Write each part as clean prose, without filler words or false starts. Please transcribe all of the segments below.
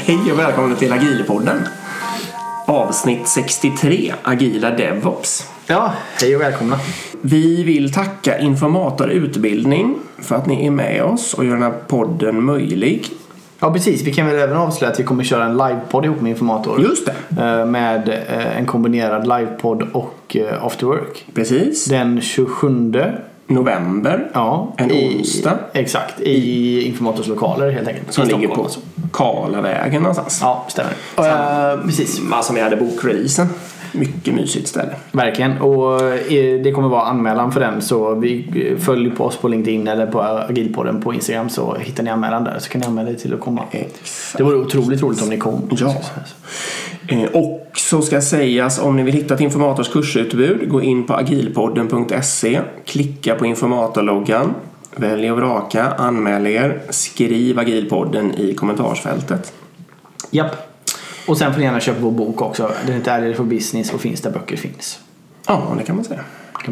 Hej och välkomna till Agilpodden. Avsnitt 63, Agila DevOps. Ja, hej och välkomna. Vi vill tacka Informator Utbildning för att ni är med oss och gör den här podden möjlig. Ja, precis. Vi kan väl även avslöja att vi kommer köra en livepodd ihop med Informator. Just det. Med en kombinerad livepodd och after work. Precis. Den 27 november. Ja, en onsdag. Exakt, i Informators lokaler helt enkelt. Som ligger på Karlavägen någonstans. Ja, stämmer. Precis. Som vi hade bokreleasen. Mycket mysigt ställe. Verkligen. Och det kommer vara anmälan för den. Så vi följer på oss på LinkedIn eller på Agilpodden på Instagram, så hittar ni anmälan där. Så kan ni anmäla er till att komma. Exakt. Det vore otroligt roligt om ni kom. Ja. Och så ska sägas, om ni vill hitta ett Informators kursutbud, gå in på agilpodden.se, klicka på informatorloggan, välj och vraka, anmäl er, skriv Agilpodden i kommentarsfältet. Japp. Och sen får ni gärna köpa vår bok också. Den heter Agile for Business och finns där böcker finns. Ja, det kan man säga.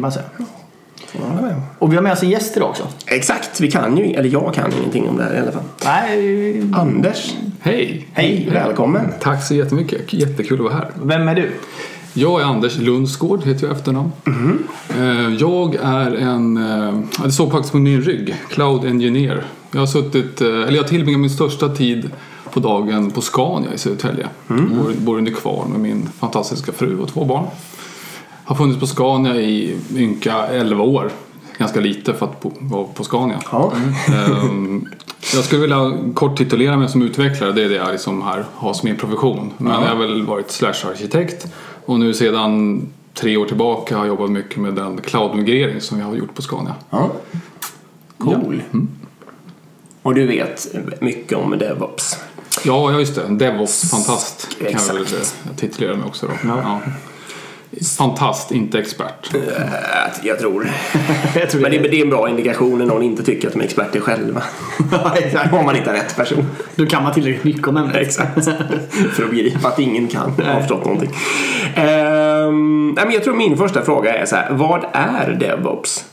Och vi har med oss en gäst idag också. Exakt, jag kan ingenting om det här i alla fall. Nej. Anders. Hej, välkommen. Tack så jättemycket, jättekul att vara här. Vem är du? Jag är Anders Lundsgård, heter jag efternamn. Jag är det såg faktiskt på min rygg, Cloud Engineer. Jag har tillbringat min största tid på dagen på Scania i Södertälje. Bor under Kvarn med min fantastiska fru och 2 barn. Har funnits på Scania i ynka 11 år. Ganska lite för att vara på Scania. Jag skulle vilja kort titulera mig som utvecklare. Det är det jag liksom här har som min profession. Men jag har väl varit /arkitekt. Och nu sedan 3 år tillbaka har jag jobbat mycket med den cloud-migrering som jag har gjort på Scania. Ja. Cool. Ja. Och du vet mycket om DevOps. Ja, just det. DevOps, fantast kan jag väl titulera mig också då. Ja. Fantast, inte expert. Jag tror. Men det är en bra indikation när någon inte tycker att de är experter själva. Om man inte är rätt person. Då kan man tillräckligt mycket om ämnet. Exakt. För att begripa att ingen kan ha förstått någonting. Jag tror min första fråga är så här: vad är DevOps?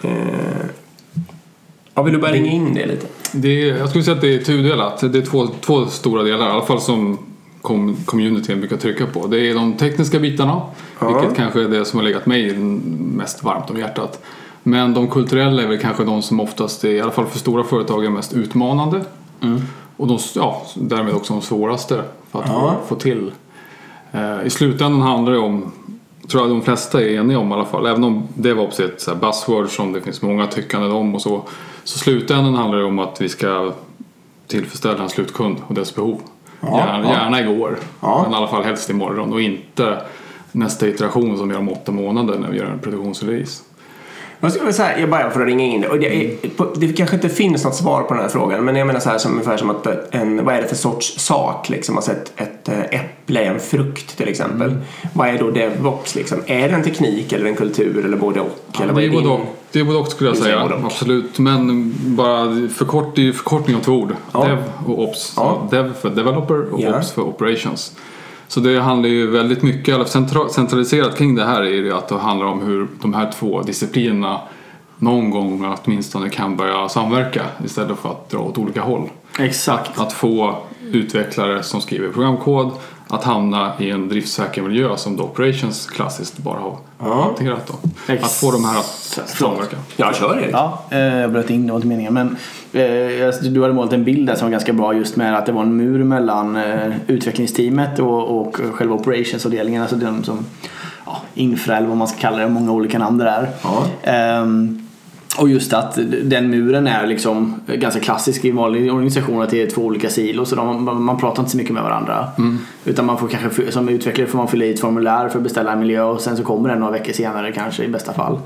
Vill du bara ringa in det lite? Jag skulle säga att det är tudelat. Det är två stora delar, i alla fall som communityn brukar trycka på. Det är de tekniska bitarna, vilket kanske är det som har legat mig mest varmt om hjärtat. Men de kulturella är väl kanske de som oftast är, i alla fall för stora företag, är mest utmanande. Och därmed också de svåraste för att få till. I slutändan handlar det om, tror jag de flesta är eniga om i alla fall, även om DevOps är ett så här buzzword som det finns många tyckanden om och så slutändan handlar det om att vi ska tillfredsställa en slutkund och dess behov. Gärna igår, men i alla fall helst imorgon, och inte nästa iteration som gör om 8 månader när vi gör en produktionsrelease. Jag bara för att ringa in det kanske inte finns något svar på den här frågan, men jag menar så här, ungefär som att vad är det för sorts sak liksom? Alltså ett äpple är en frukt till exempel. Vad är då DevOps liksom? Är det en teknik eller en kultur eller både och? Eller det är både och skulle jag säga, absolut. Men bara förkortning av 2 ord. Dev och Ops. Dev för developer och Ops för operations. Så det handlar ju väldigt mycket, eller centraliserat kring det här, är ju att det handlar om hur de här 2 disciplinerna någon gång åtminstone kan börja samverka istället för att dra åt olika håll. Exakt. Att få utvecklare som skriver programkod att hamna i en driftsäker miljö som då operations klassiskt bara har hanterat då. Att få de här att samverka. Ja, kör det. Ja, jag bröt in, det var inte meningen. Men du hade målat en bild där som var ganska bra, just med att det var en mur mellan utvecklingsteamet och själva operationsavdelningen. Alltså de som infra, eller vad man ska kalla det, många olika namn där. Och just att den muren är liksom ganska klassisk i vanlig organisation, att det är 2 olika silos, så man pratar inte så mycket med varandra. Utan man får kanske, som utvecklare får man fylla i ett formulär för att beställa en miljö, och sen så kommer den några veckor senare kanske i bästa fall.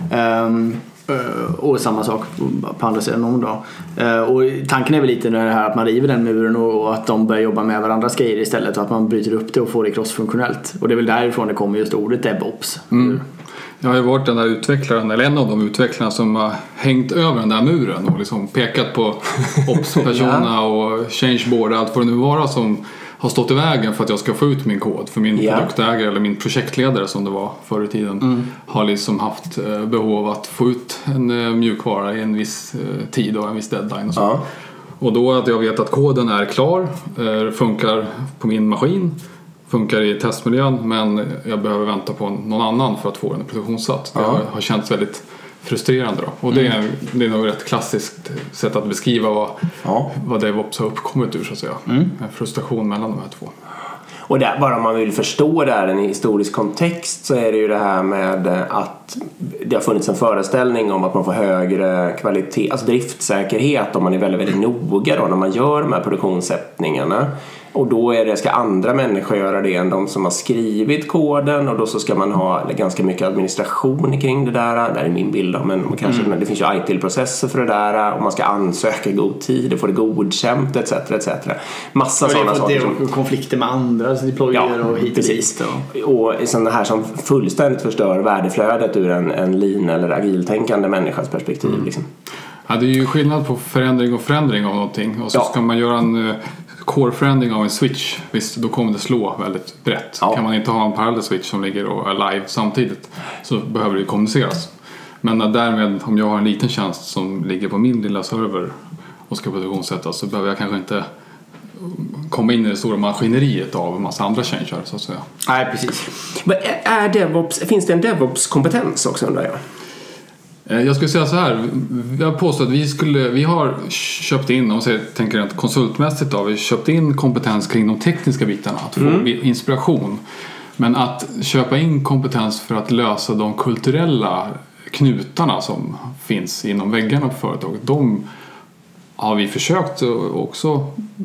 Och samma sak på andra sidan om då. Och tanken är väl lite det här att man river den muren och att de börjar jobba med varandras grejer istället, och att man bryter upp det och får det crossfunktionellt. Och det är väl därifrån det kommer just ordet DevOps. Jag har ju varit den där utvecklaren, eller en av de utvecklarna som har hängt över den där muren och liksom pekat på ops-personerna och changeboard, allt vad det nu vara som har stått i vägen för att jag ska få ut min kod. För min produktägare eller min projektledare som det var förr i tiden har liksom haft behov av att få ut en mjukvara i en viss tid och en viss deadline och så. Och då att jag vet att koden är klar, funkar på min maskin, funkar i testmiljön, men jag behöver vänta på någon annan för att få den produktionssatt. Det har känts väldigt frustrerande då. Och det är nog ett klassiskt sätt att beskriva vad DevOps har uppkommit ur, så att säga. En frustration mellan de här två. Och där, bara om man vill förstå det här i en historisk kontext, så är det ju det här med att det har funnits en föreställning om att man får högre kvalitet, alltså driftsäkerhet, om man är väldigt, väldigt noga då när man gör de här produktionssättningarna. Och då ska andra människor göra det än de som har skrivit koden, och då så ska man ha ganska mycket administration kring det där är min bild då, men kanske det finns ju ITIL-processer för det där, och man ska ansöka i god tid och få det godkänt etc. Massa sådana saker som konflikter med andra, alltså deployer och hit och dit och sådana här som fullständigt förstör värdeflödet ur en lean eller agiltänkande människas perspektiv liksom. Ja, det är ju skillnad på förändring av någonting, och så ska man göra en core-förändring av en switch, visst, då kommer det slå väldigt brett. Kan man inte ha en parallell switch som ligger och är live samtidigt, så behöver det kommuniceras. Men därmed, om jag har en liten tjänst som ligger på min lilla server och ska produktionssättas, så behöver jag kanske inte komma in i det stora maskineriet av en massa andra changear, så att säga. Nej, precis. Men finns det en DevOps-kompetens också, undrar jag? Jag skulle säga så här, jag påstår att vi har köpt in, om jag tänker rent konsultmässigt då, vi köpt in kompetens kring de tekniska bitarna, att få inspiration. Men att köpa in kompetens för att lösa de kulturella knutarna som finns inom väggarna på företaget, de har vi försökt också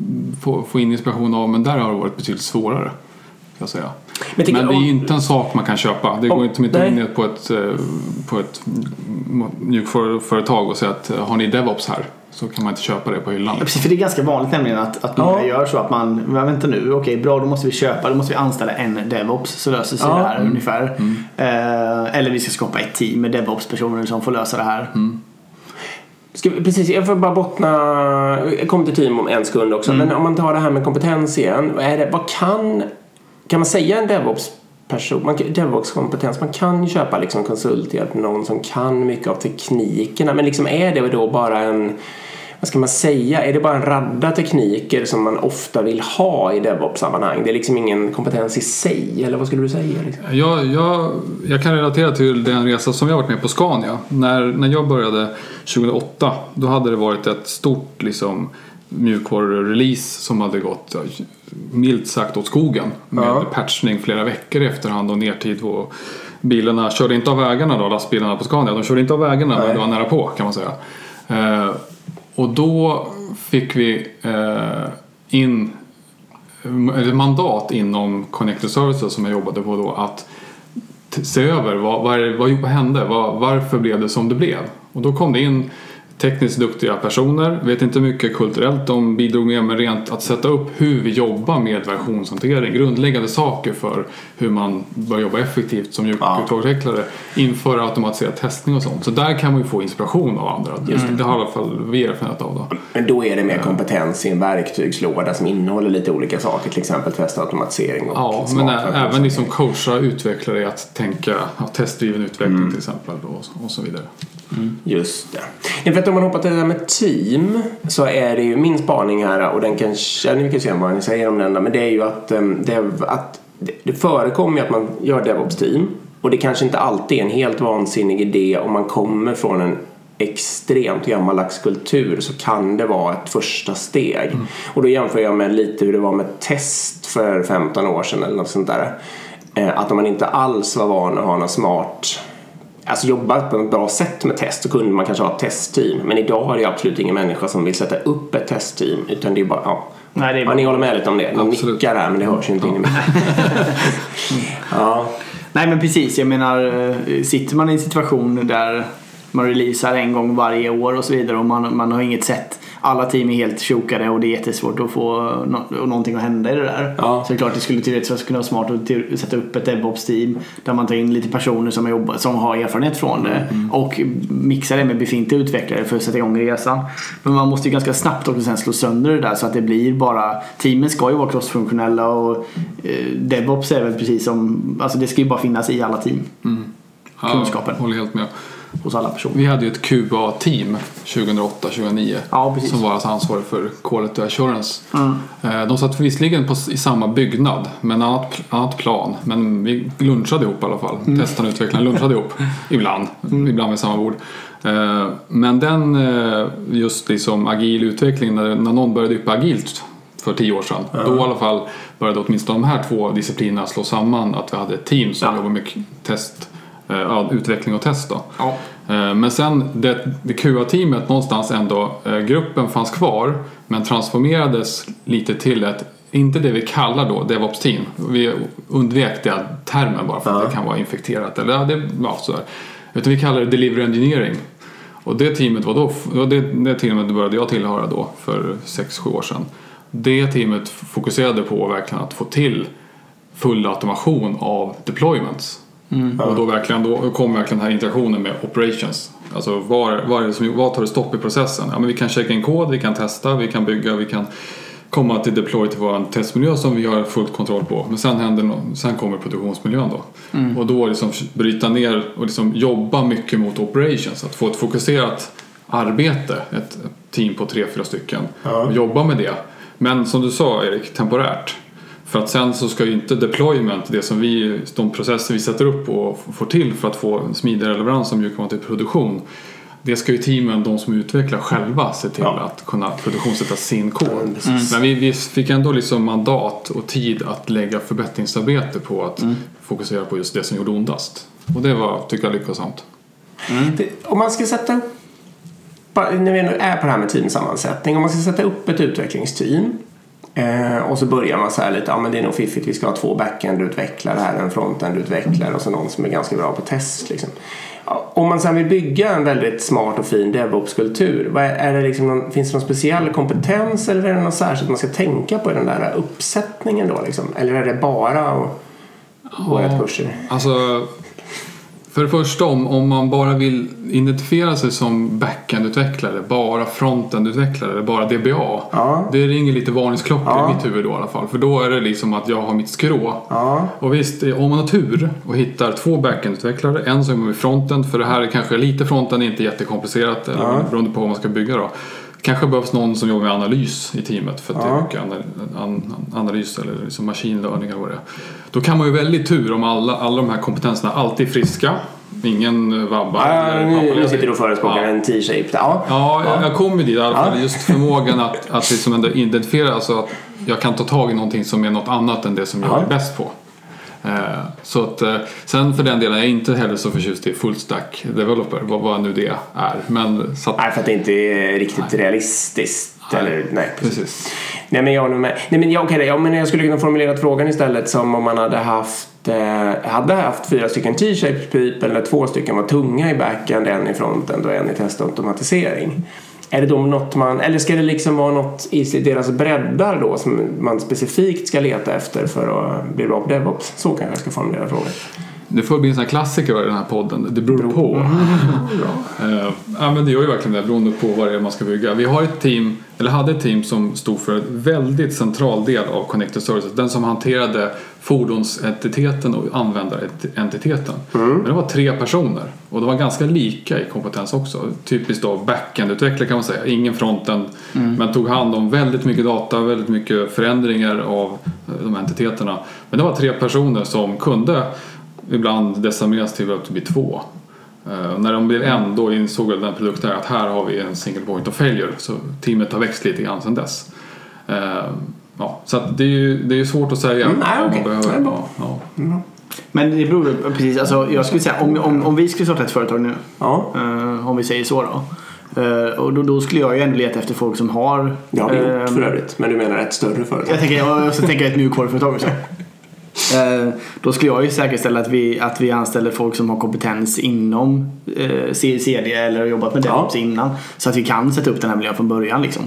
få in inspiration av, men där har det varit betydligt svårare, ska jag säga. Men det är ju inte en sak man kan köpa. Det går inte in på ett mjukföretag och säga att har ni DevOps här, så kan man inte köpa det på hyllan. Ja, precis, för det är ganska vanligt nämligen att man gör så att man vänta nu, okej, bra, då måste vi anställa en DevOps, så löser sig det här ungefär. Eller vi ska skapa ett team med DevOps-personer som får lösa det här. Precis, jag får bara bottna. Jag kommer till team om en sekund också. Men om man tar det här med kompetens igen, vad kan man säga en DevOps-person? DevOps-kompetens, man kan ju köpa liksom konsulthjälp, någon som kan mycket av teknikerna, men liksom är det då bara vad ska man säga, är det bara en radda tekniker som man ofta vill ha i DevOps-sammanhang? Det är liksom ingen kompetens i sig, eller vad skulle du säga? Liksom? Jag kan relatera till den resa som jag varit med på Scania. När jag började 2008, då hade det varit ett stort liksom mjukvaru-release som hade gått milt sagt åt skogen med patchning flera veckor i efterhand och nertid, och bilarna körde inte av vägarna då, lastbilarna på Scania, de körde inte av vägarna, men det var nära på, kan man säga. Och då fick vi in ett mandat inom Connected Services som jag jobbade på då, att se över vad hände, varför blev det som det blev. Och då kom det in tekniskt duktiga personer, vet inte mycket kulturellt, de bidrog med rent att sätta upp hur vi jobbar med versionshantering, grundläggande saker för hur man bör jobba effektivt som mjukvaruutvecklare, inför automatiserad testning och sånt. Så där kan man ju få inspiration av andra. Det har i alla fall vi erfarenhet av då. Men då är det mer kompetens i en verktygslåda som innehåller lite olika saker, till exempel testautomatisering och men även liksom coacha utvecklare i att tänka testdriven utveckling till exempel och så vidare. Just det. För att om man hoppar till det där med team, så är det ju min spaning här, och den kanske ni kan se vad ni säger om den där, men det är ju att det förekommer att man gör DevOps-team, och det kanske inte alltid är en helt vansinnig idé om man kommer från en extremt gammaldags kultur, så kan det vara ett första steg. Och då jämför jag med lite hur det var med test för 15 år sedan eller något sånt där. Att om man inte alls var van att ha något smart, alltså jobbat på ett bra sätt med test, så kunde man kanske ha ett testteam. Men idag har det absolut ingen människa som vill sätta upp ett testteam, utan det är bara Nej, det är bara... ni håller med lite om det. Ni nickar här, men det hörs ju inte in i mig. Nej, men precis, jag menar, sitter man i en situation där man releasar en gång varje år och så vidare, och man har inget sätt, alla team är helt chokade och det är jättesvårt att få någonting att hända i det där. Så det är klart, det skulle teoretiskt kunna vara smart att sätta upp ett DevOps-team där man tar in lite personer som har erfarenhet från det och mixar det med befintliga utvecklare för att sätta igång resan. Men man måste ju ganska snabbt också sen slå sönder det där, så att det blir bara, teamen ska ju vara crossfunktionella, och DevOps är väl precis som, alltså det ska ju bara finnas i alla team. Kunskapen. Håller helt med. hos alla personer. Vi hade ju ett QA-team 2008-2009 som var alltså ansvarig för Quality Assurance. De satt visserligen i samma byggnad med en annat plan, men vi lunchade ihop i alla fall. Testarna och utvecklarna lunchade ihop ibland med samma bord. Men den just liksom agil utveckling, när någon började yppa agilt för 10 år sedan, då i alla fall började åtminstone de här 2 disciplinerna slå samman, att vi hade ett team som jobbade med utveckling och test då. Men sen det QA-teamet någonstans ändå, gruppen fanns kvar men transformerades lite till inte det vi kallar då DevOps-team. Vi undvek den termen bara för att det kan vara infekterat eller sådär. Utan vi kallar det Delivery Engineering. Och det teamet det teamet började jag tillhöra då för 6-7 år sedan. Det teamet fokuserade på verkligen att få till full automation av deployments. Och då kom verkligen den här interaktionen med operations. Alltså vad tar det stopp i processen? Ja, men vi kan checka in kod, vi kan testa, vi kan bygga, vi kan komma till deploy till vår testmiljö som vi har fullt kontroll på. Men sen kommer produktionsmiljön då. Och då liksom bryta ner och liksom jobba mycket mot operations. Att få ett fokuserat arbete, ett team på 3-4 stycken. Och jobba med det. Men som du sa Erik, temporärt. För att sen så ska ju inte deployment, de processer vi sätter upp och får till för att få en smidigare leverans som kommer till produktion. Det ska ju teamen, de som utvecklar själva, se till att kunna produktionssätta sin kod. Men vi fick ändå liksom mandat och tid att lägga förbättringsarbete på att fokusera på just det som gjorde ondast. Och det tycker jag, lyckosamt. Om man ska sätta upp, när vi är på det här med teamsammansättning, om man ska sätta upp ett utvecklingsteam och så börjar man så här lite, men det är nog fiffigt, vi ska ha 2 backend-utvecklare här, en front-end-utvecklare och så någon som är ganska bra på test liksom. Om man sen vill bygga en väldigt smart och fin DevOps-kultur, finns det någon speciell kompetens eller är det något särskilt man ska tänka på i den där uppsättningen då liksom? Eller är det bara att gå rätt kurser? Alltså, för det första, om man bara vill identifiera sig som backend-utvecklare, bara front-end-utvecklare eller bara DBA, det ringer lite varningsklockor i mitt huvud då i alla fall. För då är det liksom att jag har mitt skrå. Och visst, om man har tur och hittar 2 backend-utvecklare, en som är med frontend, för det här är kanske lite frontend, inte jättekomplicerat, eller beroende på vad man ska bygga då. Kanske behövs någon som jobbar med analys i teamet, för att det är mycket analys eller liksom machine learning eller vad det är. Då kan man ju väldigt tur om alla de här kompetenserna alltid är friska. Ingen vabbar. Nu sitter du och förespråkar en T-shaped. Jag kommer dit i alla fall. Just förmågan att liksom ändå identifiera, alltså att jag kan ta tag i någonting som är något annat än det som jag är bäst på. Så att, sen för den delen är jag inte heller så förtjust i full stack developer, vad nu det är. Men, så att, nej, för att det inte är riktigt realistiskt. Nej, precis. Men jag skulle kunna formulera frågan istället som om man hade haft 4 stycken T-shaped people, eller 2 stycken var tunga i backend, en i frontend och en i testautomatisering. Är det då något eller ska det liksom vara något i deras breddar då som man specifikt ska leta efter för att bli bra på DevOps? Så kanske jag ska formulera frågan. Det får bli en sån här klassiker i den här podden. Det beror på. Men det gör ju verkligen det, beroende på vad det är man ska bygga. Vi har hade ett team som stod för en väldigt central del av Connected Services. Den som hanterade fordonsentiteten och användarentiteten. Men det var 3 personer. Och det var ganska lika i kompetens också. Typiskt då backend-utvecklare kan man säga. Ingen frontend. Men tog hand om väldigt mycket data, väldigt mycket förändringar av de entiteterna. Men det var 3 personer som kunde ibland decimeras till att bli 2. När de blev en, då insåg den produkten att här har vi en single point of failure. Så teamet har växt lite grann sedan dess. Så att det är ju svårt att säga vad man behöver. Men det beror precis, alltså, jag skulle säga om vi skulle starta ett företag nu, om vi säger så då. Och då skulle jag ju ändå leta efter folk som har... Ja, det är gjort för övrigt. Men du menar ett större företag? Jag tänker ett mjukvaruföretag också. Då skulle jag ju säkerställa att vi anställer folk som har kompetens inom CD eller jobbat med DevOps innan, så att vi kan sätta upp den här miljön från början liksom.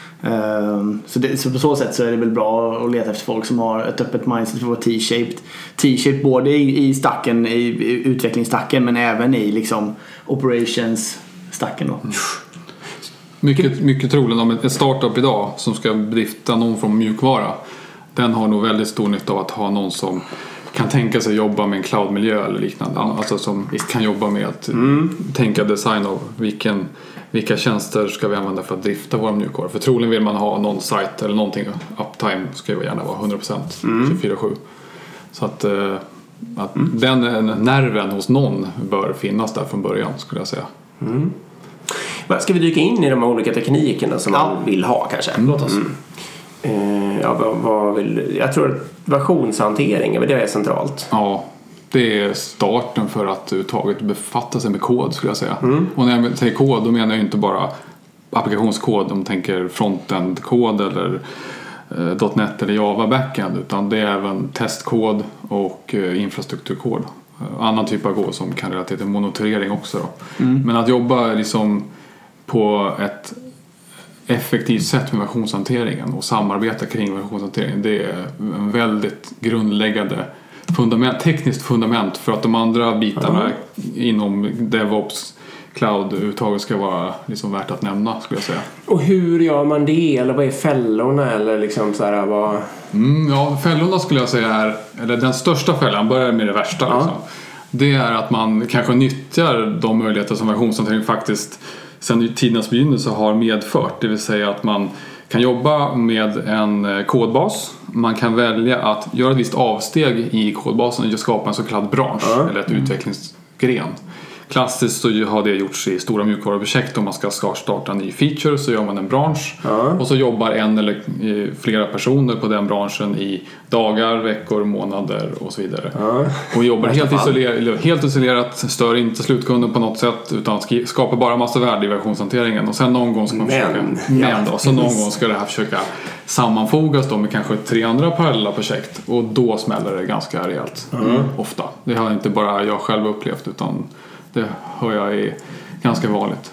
Så på så sätt så är det väl bra att leta efter folk som har ett öppet mindset för att vara T-shaped både i stacken, i utvecklingsstacken, men även i liksom operations-stacken då. Mycket troligt om ett startup idag som ska drifta någon från mjukvara, den har nog väldigt stor nytta av att ha någon som kan tänka sig jobba med en cloudmiljö eller liknande. Alltså som kan jobba med att tänka design av vilka tjänster ska vi använda för att drifta våra mjukvaror. För troligen vill man ha någon site eller någonting. Uptime ska ju gärna vara 100%, 24/7. Så att den nerven hos någon bör finnas där från början, skulle jag säga. Ska vi dyka in i de olika teknikerna som man vill ha kanske? Låt oss. Jag tror att versionshantering det är centralt. Ja, det är starten för att överhuvudtaget befatta sig med kod, skulle jag säga. Och när jag säger kod, då menar jag inte bara applikationskod, om tänker frontend-kod eller .NET eller Java backend, utan det är även testkod och infrastrukturkod. Annan typ av kod som kan relatera till monitorering också då. Men att jobba liksom på ett effektivt sätt med versionshanteringen och samarbeta kring versionshanteringen, det är en väldigt grundläggande tekniskt fundament för att de andra bitarna inom DevOps cloud överhuvudtaget ska vara liksom värt att nämna, skulle jag säga. Och hur gör man det? Eller vad är fällorna? Eller liksom så här, vad... Fällorna skulle jag säga eller den största fällan, börjar med det värsta liksom. Det är att man kanske nyttjar de möjligheter som versionshantering faktiskt sedan tidernas begynnelse har medfört. Det vill säga att man kan jobba med en kodbas. Man kan välja att göra ett visst avsteg i kodbasen och skapa en så kallad bransch eller ett utvecklingsgren. Klassiskt så har det gjorts i stora mjukvaruprojekt. Om man ska starta en ny feature så gör man en bransch. Och så jobbar en eller flera personer på den branschen i dagar, veckor, månader och så vidare. Och jobbar helt isolerat, stör inte slutkunden på något sätt, utan skapar bara massa värde i versionshanteringen. Och sen någon gång ska man någon gång ska det här försöka sammanfogas då med kanske 3 andra parallella projekt. Och då smäller det ganska rejält. Ofta. Det har inte bara jag själv upplevt, utan det hör jag är ganska vanligt.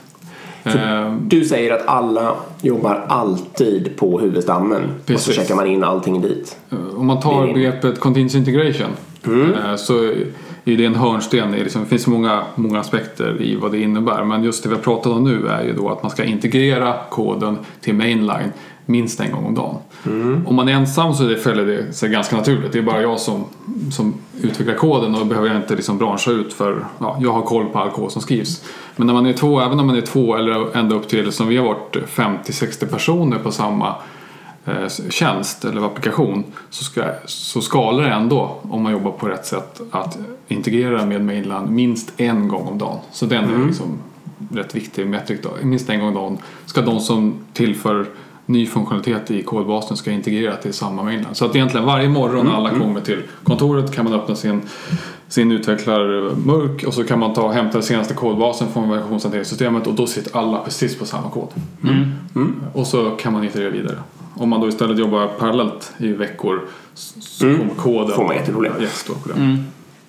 Du säger att alla jobbar alltid på huvudstammen. Precis. Och så checkar man in allting dit. Om man tar begreppet continuous integration så är det en hörnsten. Det finns många aspekter i vad det innebär. Men just det vi har pratat om nu är ju då att man ska integrera koden till mainline minst en gång om dagen. Om man är ensam så följer det sig ganska naturligt. Det är bara jag som utvecklar koden, och då behöver jag inte liksom branscha ut för jag har koll på all kod som skrivs. Men när man är två, även om man är 2 eller ända upp till som vi har varit 50-60 personer på samma tjänst eller applikation, så skalar det ändå om man jobbar på rätt sätt att integrera med mainline minst en gång om dagen. Så den är liksom rätt viktig metrik då. Minst en gång om dagen ska de som tillför ny funktionalitet i kodbasen ska integrera till samma mainline. Så att egentligen varje morgon när alla kommer till kontoret kan man öppna sin utvecklarmörk och så kan man hämta den senaste kodbasen från versionshanteringssystemet, och då sitter alla precis på samma kod. Och så kan man integrera vidare. Om man då istället jobbar parallellt i veckor så kommer koden får man jätteproblem. Jättestora problem.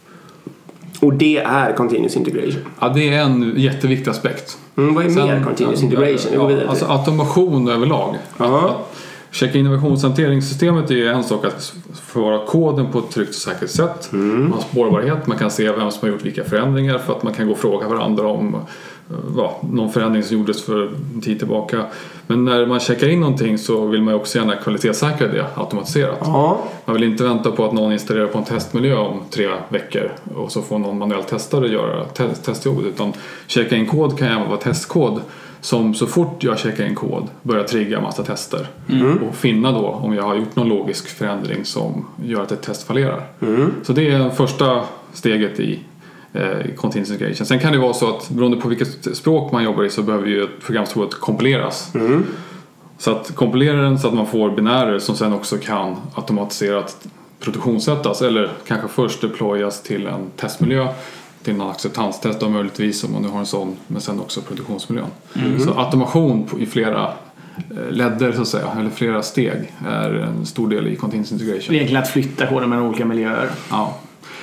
Och det är continuous integration. Ja, det är en jätteviktig aspekt. Vad är mer continuous integration? Alltså automation överlag. Att checka innovationshanteringssystemet är en sak, att förvara koden på ett tryggt och säkert sätt. Man har spårbarhet, man kan se vem som har gjort vilka förändringar, för att man kan gå och fråga varandra om någon förändring som gjordes för en tid tillbaka. Men när man checkar in någonting så vill man ju också gärna kvalitetssäkra det automatiserat. Man vill inte vänta på att någon installerar på en testmiljö om 3 veckor och så får någon manuell testare göra testjobbet, utan checka in kod kan även vara testkod som så fort jag checkar in kod börjar trigga massa tester och finna då om jag har gjort någon logisk förändring som gör att ett test fallerar. Så det är första steget i continuous integration. Sen kan det vara så att beroende på vilket språk man jobbar i så behöver ju ett programspråk kompileras. Så att kompilera den så att man får binärer som sen också kan automatiserat produktionssättas, eller kanske först deployas till en testmiljö, till någon acceptanstest då möjligtvis om man nu har en sån, men sen också produktionsmiljön. Så automation i flera ledder så att säga, eller flera steg är en stor del i continuous integration. Egentligen att flytta koden mellan olika miljöer. Ja.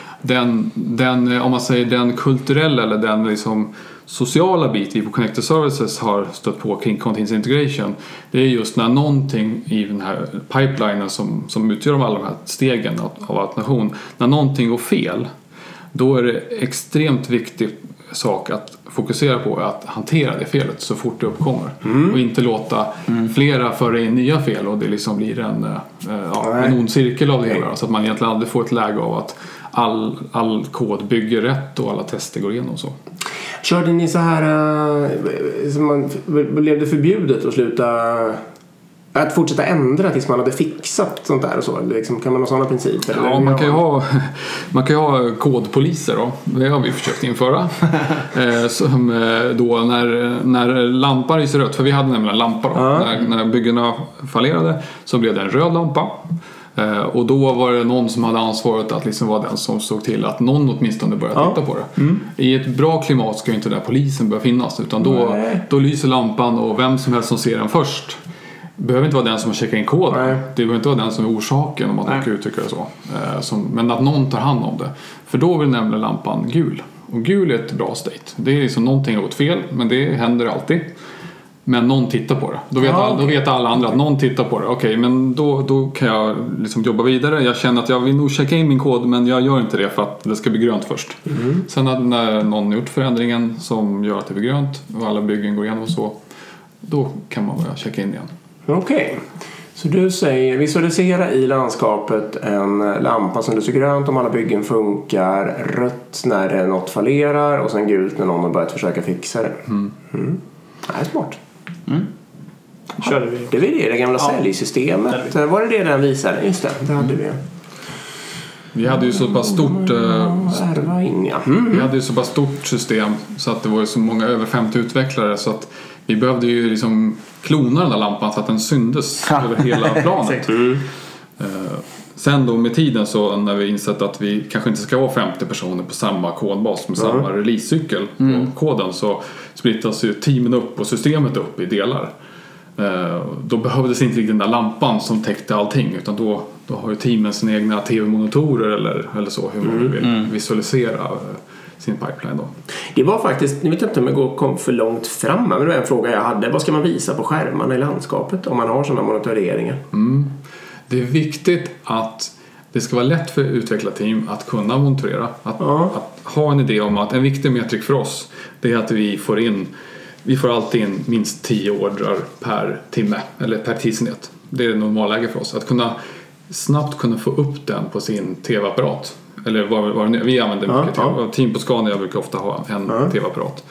Om man säger den kulturella eller den liksom sociala bit vi på Connected Services har stött på kring continuous integration, det är just när någonting i den här pipelinen som utgör alla de här stegen av automation, när någonting går fel, då är det extremt viktigt sak att fokusera på att hantera det felet så fort det uppkommer och inte låta flera föra in nya fel och det liksom blir en ond cirkel av det hela, så att man egentligen aldrig får ett läge av all kod bygger rätt och alla tester går igenom så. Körde ni så här blev det förbjudet att fortsätta ändra tills man hade fixat sånt där och så? Liksom, kan man ha sådana principer? Ja, man kan ju ha kodpoliser då. Det har vi försökt införa. Som då när lampan lyser rött, för vi hade nämligen en lampa då. När byggena fallerade så blev det en röd lampa. Och då var det någon som hade ansvaret att liksom vara den som såg till att någon åtminstone började titta på det. I ett bra klimat ska ju inte där polisen börja finnas, utan då lyser lampan och vem som helst som ser den först behöver inte vara den som har checkat in koden. Det behöver inte vara den som är orsaken, om man kan uttrycka det så. Men att någon tar hand om det. För då blir nämligen lampan gul. Och gul är ett bra state. Det är liksom någonting har gått fel, men det händer alltid. Men någon tittar på det. Då vet alla andra att någon tittar på det. Okej, men då kan jag liksom jobba vidare. Jag känner att jag vill nog checka in min kod, men jag gör inte det för att det ska bli grönt först. Sen när någon gjort förändringen som gör att det blir grönt och alla byggen går igenom och så, då kan man börja checka in igen. Okej. Så du säger visualisera i landskapet en lampa som lyser grönt om alla byggen funkar, rött när något fallerar och sen gult när någon har börjat försöka fixa det. Det är smart. Körde vi. Det var det gamla säljsystemet. Var det den visade? Just det hade vi. Vi hade ju så pass stort Vi hade ju så pass stort system så att det var ju så många över 50 utvecklare så att vi behövde ju liksom klona den där lampan så att den syndes över hela planet. Sen då med tiden så när vi insett att vi kanske inte ska vara 50 personer på samma kodbas med samma releasecykel på koden, så splittas ju teamen upp och systemet upp i delar. Då behövdes inte riktigt den där lampan som täckte allting, utan då har ju teamen sina egna tv-monitorer eller så, hur man vill visualisera sin pipeline då. Det var faktiskt, jag vet inte om jag kom för långt fram, men det var en fråga jag hade. Vad ska man visa på skärmarna i landskapet om man har sådana monitoreringar? Det är viktigt att det ska vara lätt för utvecklarteam att kunna monitorera. Att ha en idé om att en viktig metrik för oss, det är att vi får alltid in minst 10 ordrar per timme eller per tidsenhet. Det är normalläge för oss. Att snabbt kunna få upp den på sin tv-apparat. Eller vad vi använder mycket tv. Team på Scania brukar ofta ha en tv-apparat.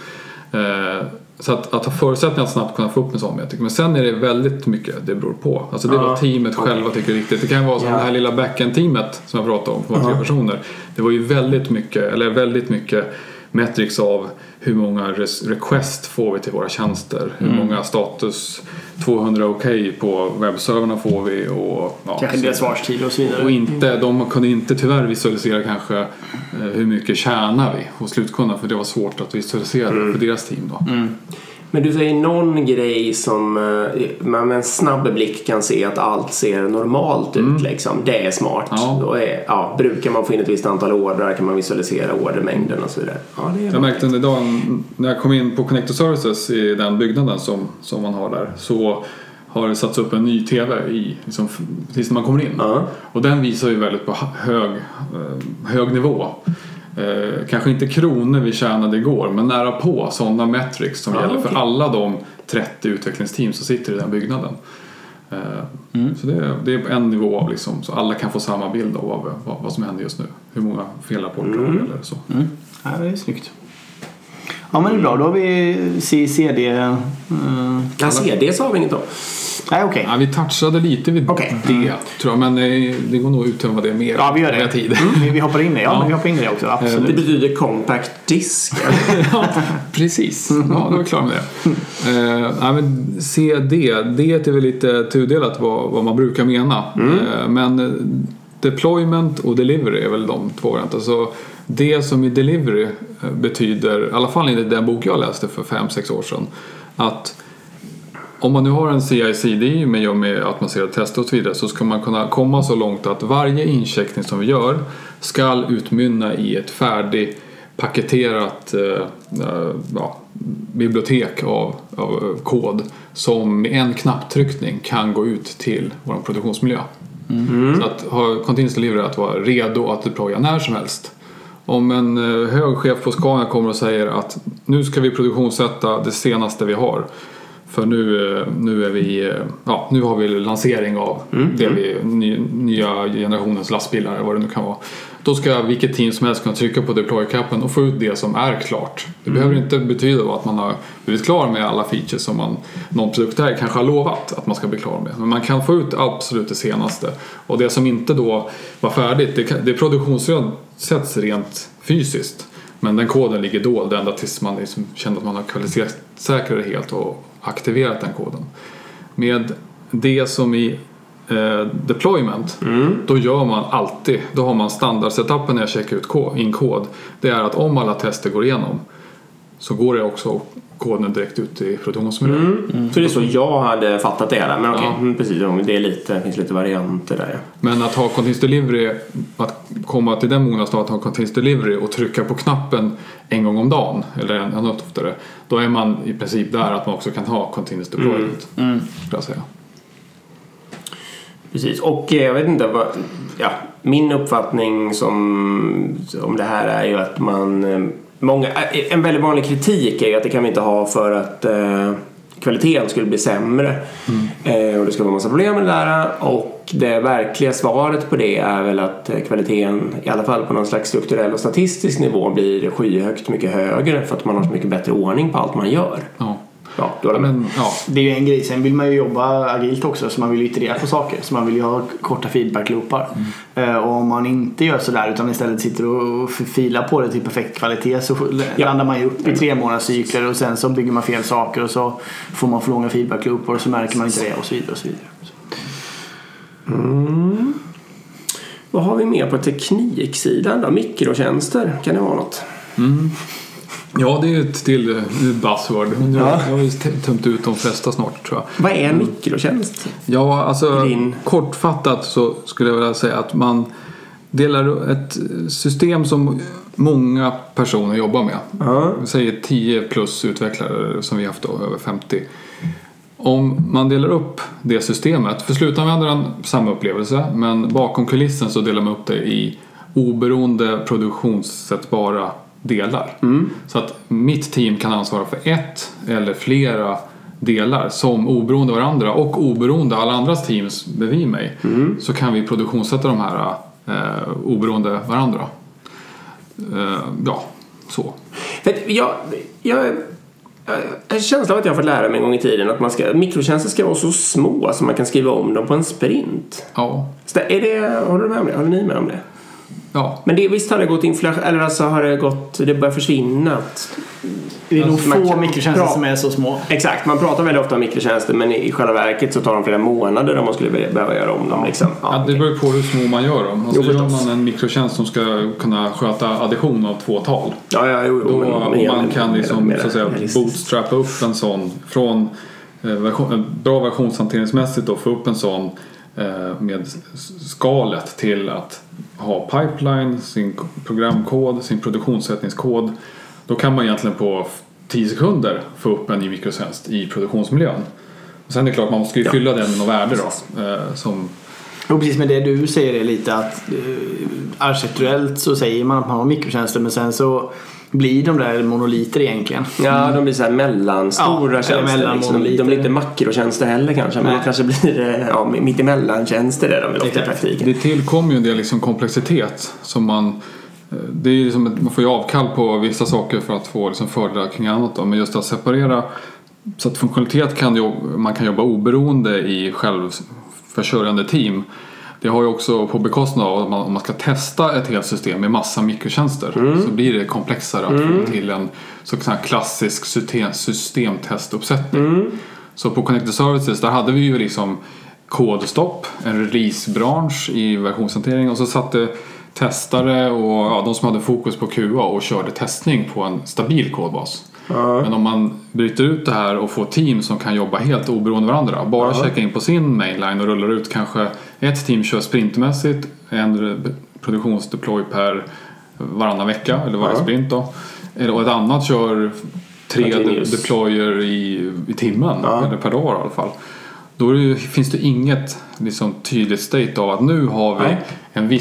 Så att ha förutsättningar att snabbt kunna få upp en sån metrik. Men sen är det väldigt mycket det beror på. Alltså det var teamet själva tycker riktigt. Det kan vara som det här lilla backend-teamet som jag pratade om, på 3 personer. Det var ju väldigt mycket metrics av hur många request får vi till våra tjänster. Hur många status 200 okej på webbserverna får vi. Och kanske deras svarstid och så vidare. Och de kunde inte tyvärr visualisera kanske hur mycket tjänar vi hos slutkunden, för det var svårt att visualisera för deras team då. Men du säger någon grej som man med en snabb blick kan se att allt ser normalt ut liksom. Det är smart. Då brukar man få in ett visst antal ordrar, kan man visualisera ordermängden och så vidare. Jag märkte idag när jag kom in på Connector Services i den byggnaden som man har där, så har det satts upp en ny tv liksom, precis när man kommer in. Och den visar ju väldigt på hög nivå. Kanske inte kronor vi tjänade igår, men nära på sådana metrics som gäller för alla de 30 utvecklingsteam som sitter i den byggnaden. Så det är en nivå av liksom, så alla kan få samma bild av vad som händer just nu. Hur många felrapporter eller så. Ja, det är snyggt. Ja, men det är bra. Då har vi CD. CD så har vi inget om. Nej, okej. Ja, vi touchade lite vid det, tror jag, men det går nog ut över det mer. Ja, vi gör det. Tid. Vi hoppar in i det. Men vi hoppar in i det också, absolut. Det betyder compact disk. Ja, precis. Ja, då är vi klara med det. Men CD, det är väl lite tudelat vad man brukar mena. Men deployment och delivery är väl de två varianter. Alltså, det som i delivery betyder, i alla fall i den bok jag läste för 5-6 år sedan, att om man nu har en CI/CD med automatiserade tester och så vidare, så ska man kunna komma så långt att varje incheckning som vi gör ska utmynna i ett färdigpaketerat bibliotek av kod som med en knapptryckning kan gå ut till vår produktionsmiljö. Så att ha continuous delivery, att vara redo att deploya när som helst. Om en hög chef på Scania kommer och säger att nu ska vi produktionssätta det senaste vi har För nu har vi lansering av nya generationens lastbilar eller vad det nu kan vara. Då ska vilket team som helst kunna trycka på deploy-knappen och få ut det som är klart. Det behöver inte betyda att man har blivit klar med alla features som någon produktägare kanske har lovat att man ska bli klar med. Men man kan få ut absolut det senaste. Och det som inte då var färdigt, det produktionssätts rent fysiskt. Men den koden ligger dold ända tills man liksom känner att man har kvalitetssäkrat det helt och aktiverat den koden. Med det som i deployment, då gör man alltid, då har man standardsetupen när jag checkar ut in kod. Det är att om alla tester går igenom så går det också koden direkt ut i produktionsmiljön. Så det är så jag hade fattat det hela. Men okej, precis, det finns lite varianter där. Ja. Men att ha continuous delivery, att komma till den mognaden att ha continuous delivery och trycka på knappen en gång om dagen eller en oftare, då är man i princip där att man också kan ha continuous deployment. Skulle jag säga. Precis, och jag vet inte vad, min uppfattning om det här är ju att en väldigt vanlig kritik är ju att det kan vi inte ha för att kvaliteten skulle bli sämre och det skulle vara en massa problem med det där, och det verkliga svaret på det är väl att kvaliteten i alla fall på någon slags strukturell och statistisk nivå blir skyhögt mycket högre för att man har så mycket bättre ordning på allt man gör. Det är ju en grej. Sen vill man ju jobba agilt också, så man vill ju iterera på saker, så man vill ju ha korta feedback-loopar. Och om man inte gör sådär utan istället sitter och filar på det till perfekt kvalitet, så landar man ju upp i 3 månaders cykler och sen så bygger man fel saker och så får man för långa feedback-loopar och så märker man inte det och så vidare och så vidare. Vad har vi mer på tekniksidan då? Mikrotjänster, kan det vara något? Ja, det är ju ett till buzzword. Jag har ju tömt ut de flesta snart, tror jag. Vad är en mikrotjänst? Ja, alltså kortfattat så skulle jag vilja säga att man delar ett system som många personer jobbar med. Vi säger 10 plus utvecklare som vi har haft då, över 50. Om man delar upp det systemet, för slutanvändaren samma upplevelse, men bakom kulissen så delar man upp det i oberoende produktionssättbara delar. Så att mitt team kan ansvara för ett eller flera delar som oberoende varandra och oberoende alla andras teams bredvid mig, så kan vi produktionssätta de här oberoende varandra. Så. Jag känslan av att jag har fått lära mig en gång i tiden att mikrotjänster ska vara så små så man kan skriva om dem på en sprint. Ja. Håller du med om det? Håller ni med om det? Ja. Men visst har det gått inflation, eller alltså har det börjat försvinna? Det är nog få mikrotjänster som är så små. Exakt, man pratar väldigt ofta om mikrotjänster, men i själva verket så tar de flera månader om man skulle behöva göra om dem. Liksom. Det beror på hur små man gör dem. Alltså, gör man en mikrotjänst som ska kunna sköta addition av 2 tal, man kan liksom, så att säga, bootstrappa upp en sån från bra versionshanteringsmässigt och få upp en sån med skalet till att ha pipeline, sin programkod, sin produktionssättningskod. Då kan man egentligen på 10 sekunder få upp en ny mikrotjänst i produktionsmiljön. Och sen är det klart man måste ju fylla den med något värde då, som... Och precis med det du säger är lite att arkitekturellt så säger man att man har mikrotjänster, men sen så blir de där monoliter egentligen. Ja, de blir så här mellanstora tjänster. Liksom. De blir inte makrotjänster heller kanske, men det kanske blir mitt emellan-tjänster där de vill ofta i praktiken. Det tillkommer ju en del liksom komplexitet som man... Det är liksom, man får ju avkall på vissa saker för att få liksom fördelar kring annat då, men just att separera så att funktionalitet man kan jobba oberoende i självförsörjande team. Det har ju också på bekostnad av att om man ska testa ett helt system med massa mikrotjänster, så blir det komplexare att få till en så klassisk systemtestuppsättning. Så på Connected Services där hade vi ju liksom kodstopp, en releasebransch i versionshantering, och så satte testare och de som hade fokus på QA och körde testning på en stabil kodbas. Men om man bryter ut det här och får team som kan jobba helt oberoende varandra, bara checka in på sin mainline och rullar ut, kanske ett team kör sprintmässigt, en produktionsdeploy per varannan vecka eller varje sprint då, och ett annat kör 3 deployer i timmen eller per dag i alla fall. Då finns det inget liksom tydligt state av att nu har vi en viss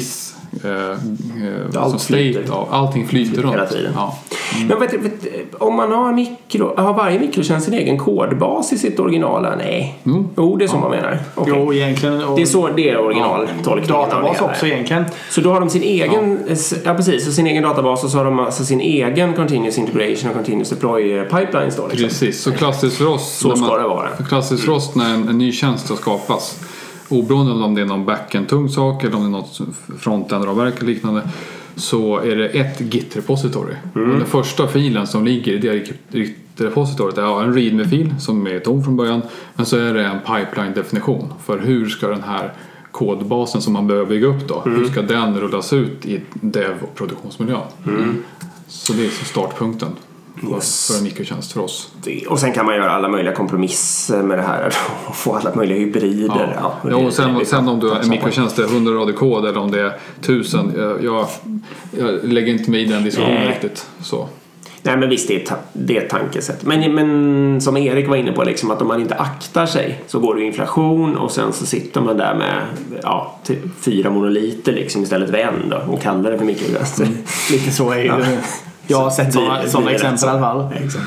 allting flyter runt hela tiden. Ja. Men om man har varje mikrotjänst sin egen kodbas i sitt originala? Nej. Det är så man menar. Okay. Jo, egentligen. Det är så det är originaltolkningen. Databas också egentligen. Så då har de sin egen, precis, så sin egen databas och så har de alltså sin egen continuous integration och continuous deploy pipelines då. Liksom. Precis, så klassiskt för oss. Så ska det vara. Klassiskt för oss när en ny tjänst ska skapas, oberoende om det är någon backend-tung sak eller om det är något frontend-ramverk eller liknande, så är det ett Git-repository. Och den första filen som ligger i det Git-repositoriet är en readme-fil som är tom från början, men så är det en pipeline-definition för hur ska den här kodbasen som man behöver bygga upp då, hur ska den rullas ut i dev- och produktionsmiljön. Så det är startpunkten för en mikrotjänst för oss. Och sen kan man göra alla möjliga kompromisser med det här och få alla möjliga hybrider. Och sen om du har en mikrotjänst är 100 rader kod eller om det är 1000, jag lägger inte mig i den diskussionen riktigt så. Nej, men visst, det är ett tankesätt. Men som Erik var inne på, liksom, att om man inte aktar sig så går det inflation och sen så sitter man där med 4 monoliter liksom, istället för en då, och kallar det för mikrotjänster. Lite så är det. Jag har sett sådana exempel i alla fall.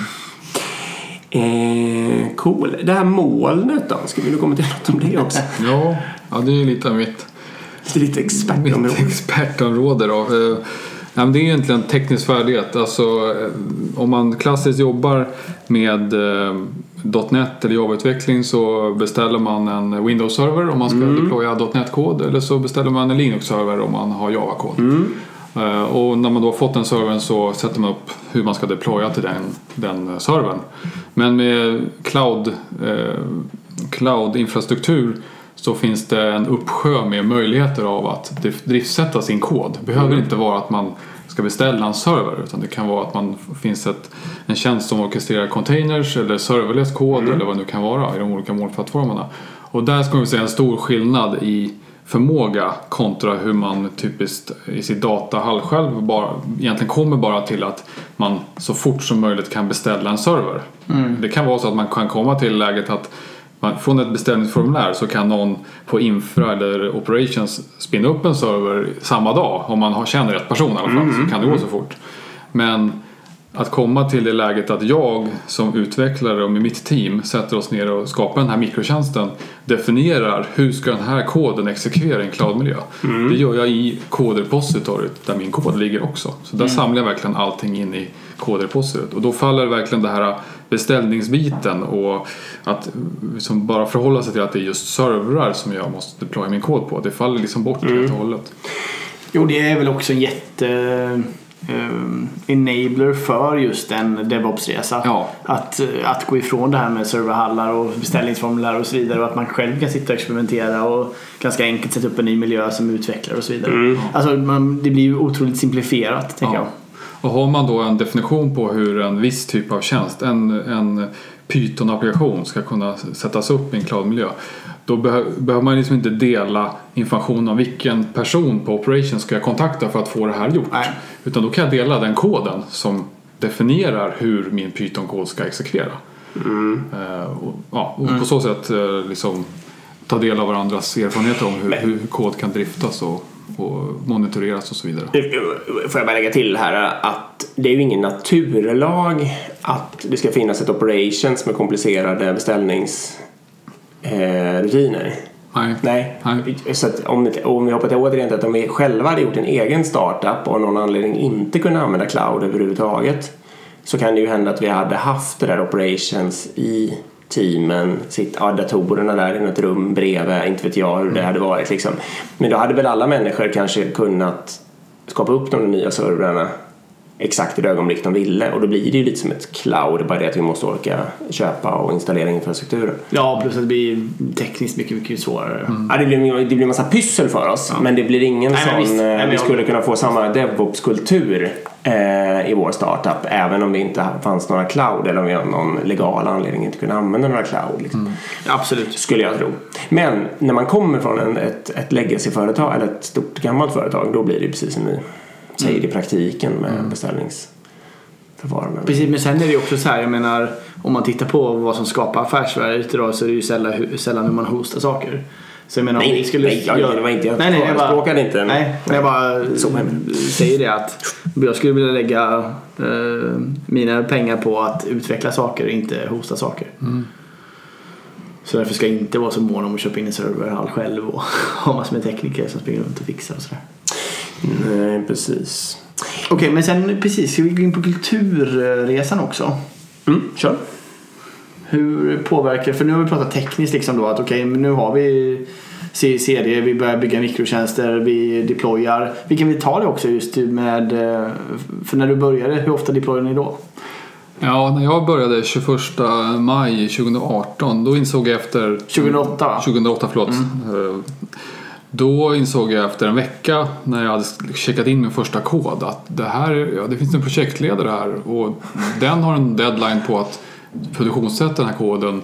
Cool. Det här molnet då, ska vi komma till något om det också? Ja, det är lite av mitt expertområde då. Det är egentligen teknisk färdighet. Alltså, om man klassiskt jobbar med .NET eller Java-utveckling så beställer man en Windows-server om man ska deploya .NET-kod, eller så beställer man en Linux-server om man har Java-kod. Och när man då har fått den servern så sätter man upp hur man ska deploya till den servern. Men med cloud-infrastruktur så finns det en uppsjö med möjligheter av att driftsätta sin kod. Det behöver inte vara att man ska beställa en server, utan det kan vara att man finns en tjänst som orkestrerar containers eller serverless kod eller vad det nu kan vara i de olika målplattformarna. Och där ska vi se en stor skillnad i förmåga kontra hur man typiskt i sitt datahall själv egentligen kommer bara till att man så fort som möjligt kan beställa en server. Det kan vara så att man kan komma till läget att från ett beställningsformulär så kan någon på infra eller operations spinna upp en server samma dag om man känner rätt person i alla fall, så kan det gå så fort. Men att komma till det läget att jag som utvecklare och med mitt team sätter oss ner och skapar den här mikrotjänsten, definierar hur ska den här koden exekvera i en cloudmiljö. Det gör jag i kodrepositoriet där min kod ligger också. Så där samlar jag verkligen allting in i kodrepositoriet. Och då faller verkligen det här beställningsbiten och att liksom bara förhålla sig till att det är just servrar som jag måste deploya min kod på. Det faller liksom bort helt och hållet. Jo, det är väl också en enabler för just en DevOps-resa. Att gå ifrån det här med serverhallar och beställningsformulär och så vidare, och att man själv kan sitta och experimentera och ganska enkelt sätta upp en ny miljö som utvecklar och så vidare. Alltså det blir ju otroligt simplifierat, tänker jag. Och har man då en definition på hur en viss typ av tjänst, en Python-applikation ska kunna sättas upp i en cloudmiljö, då behöver man liksom inte dela information om vilken person på Operation ska jag kontakta för att få det här gjort. Nej. Utan då kan jag dela den koden som definierar hur min Python-kod ska exekvera. Och på så sätt liksom ta del av varandras erfarenheter om hur kod kan driftas och monitoreras och så vidare. Får jag bara lägga till här att det är ju ingen naturlag att det ska finnas ett operations med komplicerade beställningsrutiner. Nej. Så att om vi hoppar till återigen att om vi själva hade gjort en egen startup och av någon anledning inte kunde använda cloud överhuvudtaget, så kan det ju hända att vi hade haft det där operations i teamen, datorerna där i något rum bredvid, inte vet jag hur det hade varit liksom. Men då hade väl alla människor kanske kunnat skapa upp de nya servrarna exakt i det ögonblick de ville, och då blir det ju lite som ett cloud, bara det att vi måste orka köpa och installera infrastrukturen. Ja, plus att det blir tekniskt mycket, mycket svårare. Ja, det blir en massa pyssel för oss, men det blir ingen vi skulle kunna få samma DevOps-kultur i vår startup, även om det inte fanns några cloud eller om vi har någon legal anledning inte kunna använda några cloud liksom. Absolut. Skulle jag tro. Men när man kommer från ett legacy-företag eller ett stort gammalt företag, då blir det precis som ni säger i praktiken med beställningsförfaranden. Precis, men sen är det ju också så här, jag menar, om man tittar på vad som skapar affärsvärdet idag, så är det ju sällan hur man hostar saker. Så jag menar, Nej, om vi skulle det var inte jag förespråkade inte. Nej, men jag bara säger det att jag skulle vilja lägga mina pengar på att utveckla saker och inte hosta saker. Så därför ska jag inte vara så mån om att köpa in en serverhall själv och ha massor med tekniker som springer runt och fixar och sådär. Nej, precis. Okej, men sen precis, ska vi gå in på kulturresan också? Kör. Hur påverkar, för nu har vi pratat tekniskt liksom då, att okej, men nu har vi CD, vi börjar bygga mikrotjänster, vi deployar. Vi kan väl ta det också just med, för när du började, hur ofta deployade ni då? Ja, när jag började 21 maj 2018, då insåg jag efter 2008, förlåt. Då insåg jag efter en vecka när jag hade checkat in min första kod att det finns en projektledare här och den har en deadline på att produktionssätta den här koden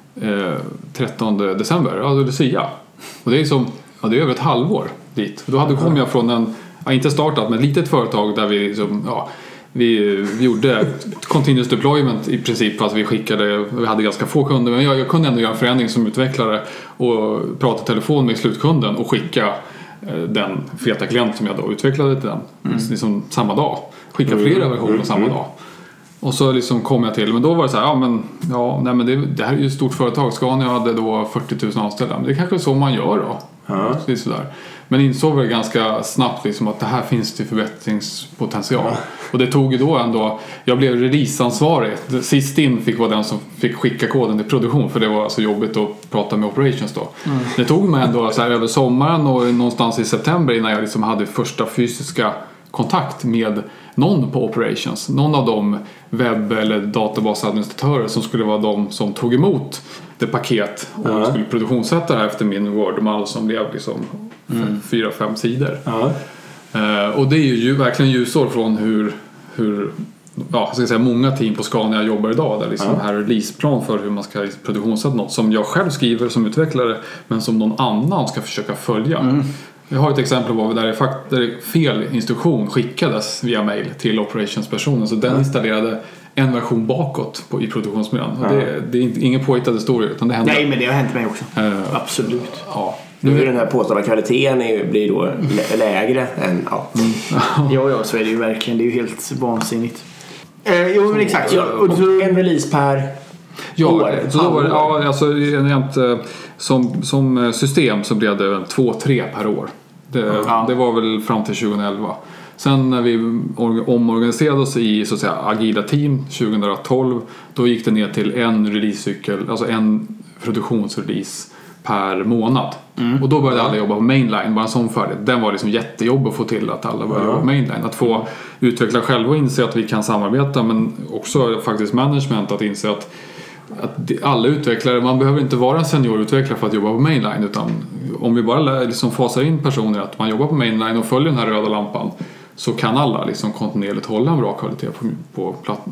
13 december, alltså Lucia. Och det är som, det är över ett halvår dit. Då kom jag från inte startat, men ett litet företag där vi liksom, vi gjorde continuous deployment i princip, fast vi hade ganska få kunder, men jag kunde ändå göra en förändring som utvecklare och prata telefon med slutkunden och skicka den feta klient som jag då utvecklade till den liksom samma dag, skicka flera versioner samma dag. Och så liksom kom jag till, men då var det så här, men det här är ju ett stort företag. Scania hade då 40 000 anställda, men det är kanske så man gör då. Det är sådär. Men insåg väl ganska snabbt liksom att det här finns till förbättringspotential. Och det tog ju då ändå, jag blev releaseansvarig. Sist in fick vara den som fick skicka koden till produktion, för det var alltså jobbigt att prata med operations då. Det tog mig ändå så här över sommaren och någonstans i september innan jag liksom hade första fysiska kontakt med någon på operations, någon av de webb- eller databasadministratörer som skulle vara de som tog emot det paket och skulle produktionssätta det här efter min Word-mall som blev liksom 4-5 sidor. Och det är ju verkligen ljusår från hur ska jag säga, många team på Scania jobbar idag, där liksom här releaseplan för hur man ska produktionssätta något som jag själv skriver som utvecklare, men som någon annan ska försöka följa. Jag har ett exempel på där fel instruktion skickades via mail till operationspersonen, så den installerade en version bakåt i produktionsmiljön. Och det är ingen påhittad historia, utan det händer. Nej, men det har hänt mig också. Absolut. Ja. Nu är den här påstådda kvaliteten blir då lägre än Ja, så är det ju verkligen. Det är ju helt vansinnigt. Jo, men exakt. En release per år. Så då var det, alltså rent som system så blev det 2-3 per år. Det var väl fram till 2011. Sen när vi omorganiserade oss i så att säga agila team 2012, då gick det ner till en releasecykel, alltså en produktionsrelease per månad. Och då började alla jobba på mainline, bara en sån färdig. Den var liksom jättejobb att få till att alla började jobba på mainline. Att få utveckla själva och inse att vi kan samarbeta, men också faktiskt management att inse att alla utvecklare, man behöver inte vara en seniorutvecklare för att jobba på mainline, utan om vi bara liksom fasar in personer att man jobbar på mainline och följer den här röda lampan, så kan alla liksom kontinuerligt hålla en bra kvalitet på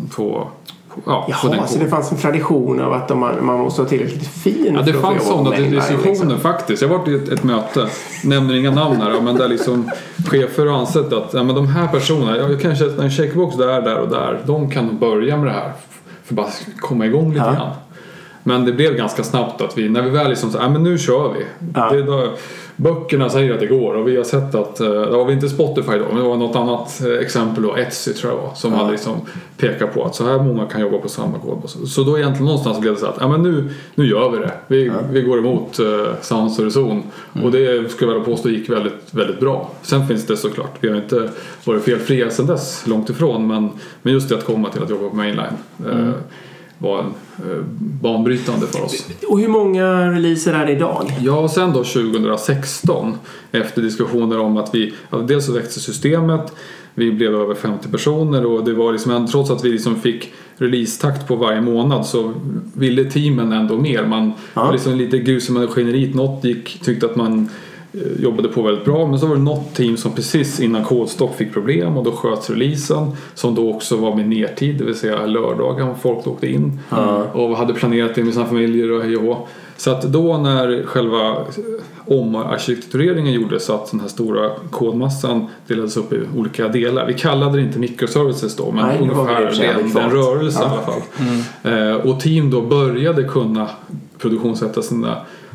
så det fanns en tradition av att man måste vara tillräckligt fin. Ja, det fanns sådana diskussioner liksom. Faktiskt. Jag har varit i ett möte, nämner inga namn här, men där liksom chefer har ansett att men de här personerna, jag kan sätta en checkbox där och där, de kan börja med det här för att bara komma igång lite grann. Men det blev ganska snabbt att när vi väl liksom så men nu kör vi. Böckerna säger att det går, och vi har sett att det var inte Spotify då, men det var något annat exempel då, Etsy tror jag var, som hade liksom pekat på att så här många kan jobba på samma kod. Så då egentligen någonstans blev det så att men nu gör vi det. Vi går emot sans och reson, och det skulle jag påstå gick väldigt, väldigt bra. Sen finns det såklart, vi har inte varit felfria sedan dess, långt ifrån, men just det att komma till att jobba på mainline var banbrytande för oss. Och hur många releaser är det idag? Ja, sen då 2016, efter diskussioner om att vi dels så växte systemet, vi blev över 50 personer, och det var liksom, trots att vi liksom fick release-takt på varje månad, så ville teamen ändå mer. Man var liksom lite grus i maskineriet, något tyckte att man jobbade på väldigt bra, men så var det något team som precis innan kodstopp fick problem, och då sköts releasen, som då också var med nertid, det vill säga lördagar, folk åkte in och hade planerat det med sina familjer och hej och. Så att då när själva omarkitektureringen gjordes, så att den här stora kodmassan delades upp i olika delar, vi kallade det inte microservices då, men ungefär den rörelse i alla fall. Och team då började kunna produktionssätta sina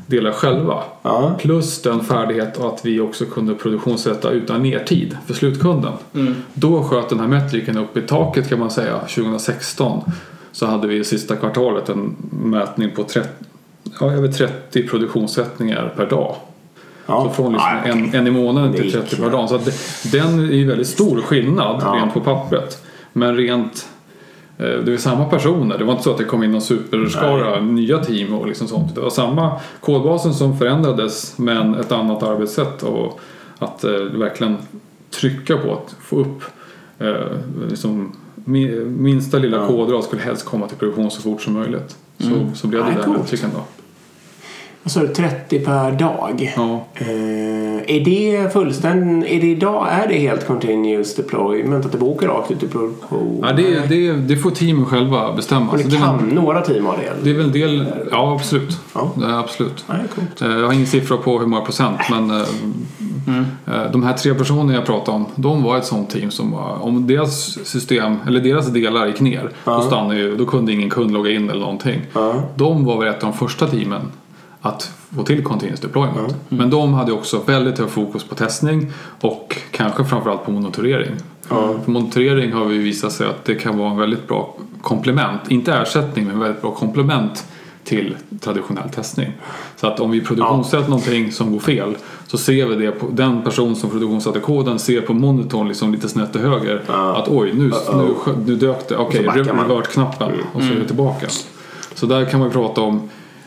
delar själva. Plus den färdighet att vi också kunde produktionssätta utan nertid för slutkunden. Då sköt den här metriken upp i taket kan man säga. 2016 så hade vi i sista kvartalet en mätning på över 30 produktionssättningar per dag. Så från liksom en i månaden till 30 per dag. Så att den är ju väldigt stor skillnad rent på pappret. Men rent, det var samma personer. Det var inte så att det kom in någon superskara nya team och liksom sånt. Det var samma kodbasen som förändrades, men ett annat arbetssätt. Och att verkligen trycka på att få upp liksom, minsta lilla kodrad skulle helst komma till produktion så fort som möjligt. Så blev det där metriken då. Vad sa du, 30 per dag? Ja. Är det fullständigt, är det helt continuous deployment att det åker rakt ut i produktion? Ja, det får teamen själva bestämma. Och det kan några team ha det? Det är väl en del, ja absolut. Ja. Det är absolut. Ja, det är jag har ingen siffra på hur många procent, men de här 3 personerna jag pratade om, de var ett sånt team som om deras system eller deras delar gick ner, då kunde ingen kund logga in eller någonting. De var väl ett av de första teamen att få till continuous deployment. Men de hade också väldigt hög fokus på testning och kanske framförallt på monitorering. För monitorering har vi visat sig att det kan vara en väldigt bra komplement, inte ersättning men väldigt bra komplement till traditionell testning. Så att om vi produktionssätter någonting som går fel, så ser vi det på den person som produktionssätter koden, ser på monitorn liksom lite snett till höger att oj, nu dök det, okej, revert-knappen och så är det tillbaka. Så där kan man prata om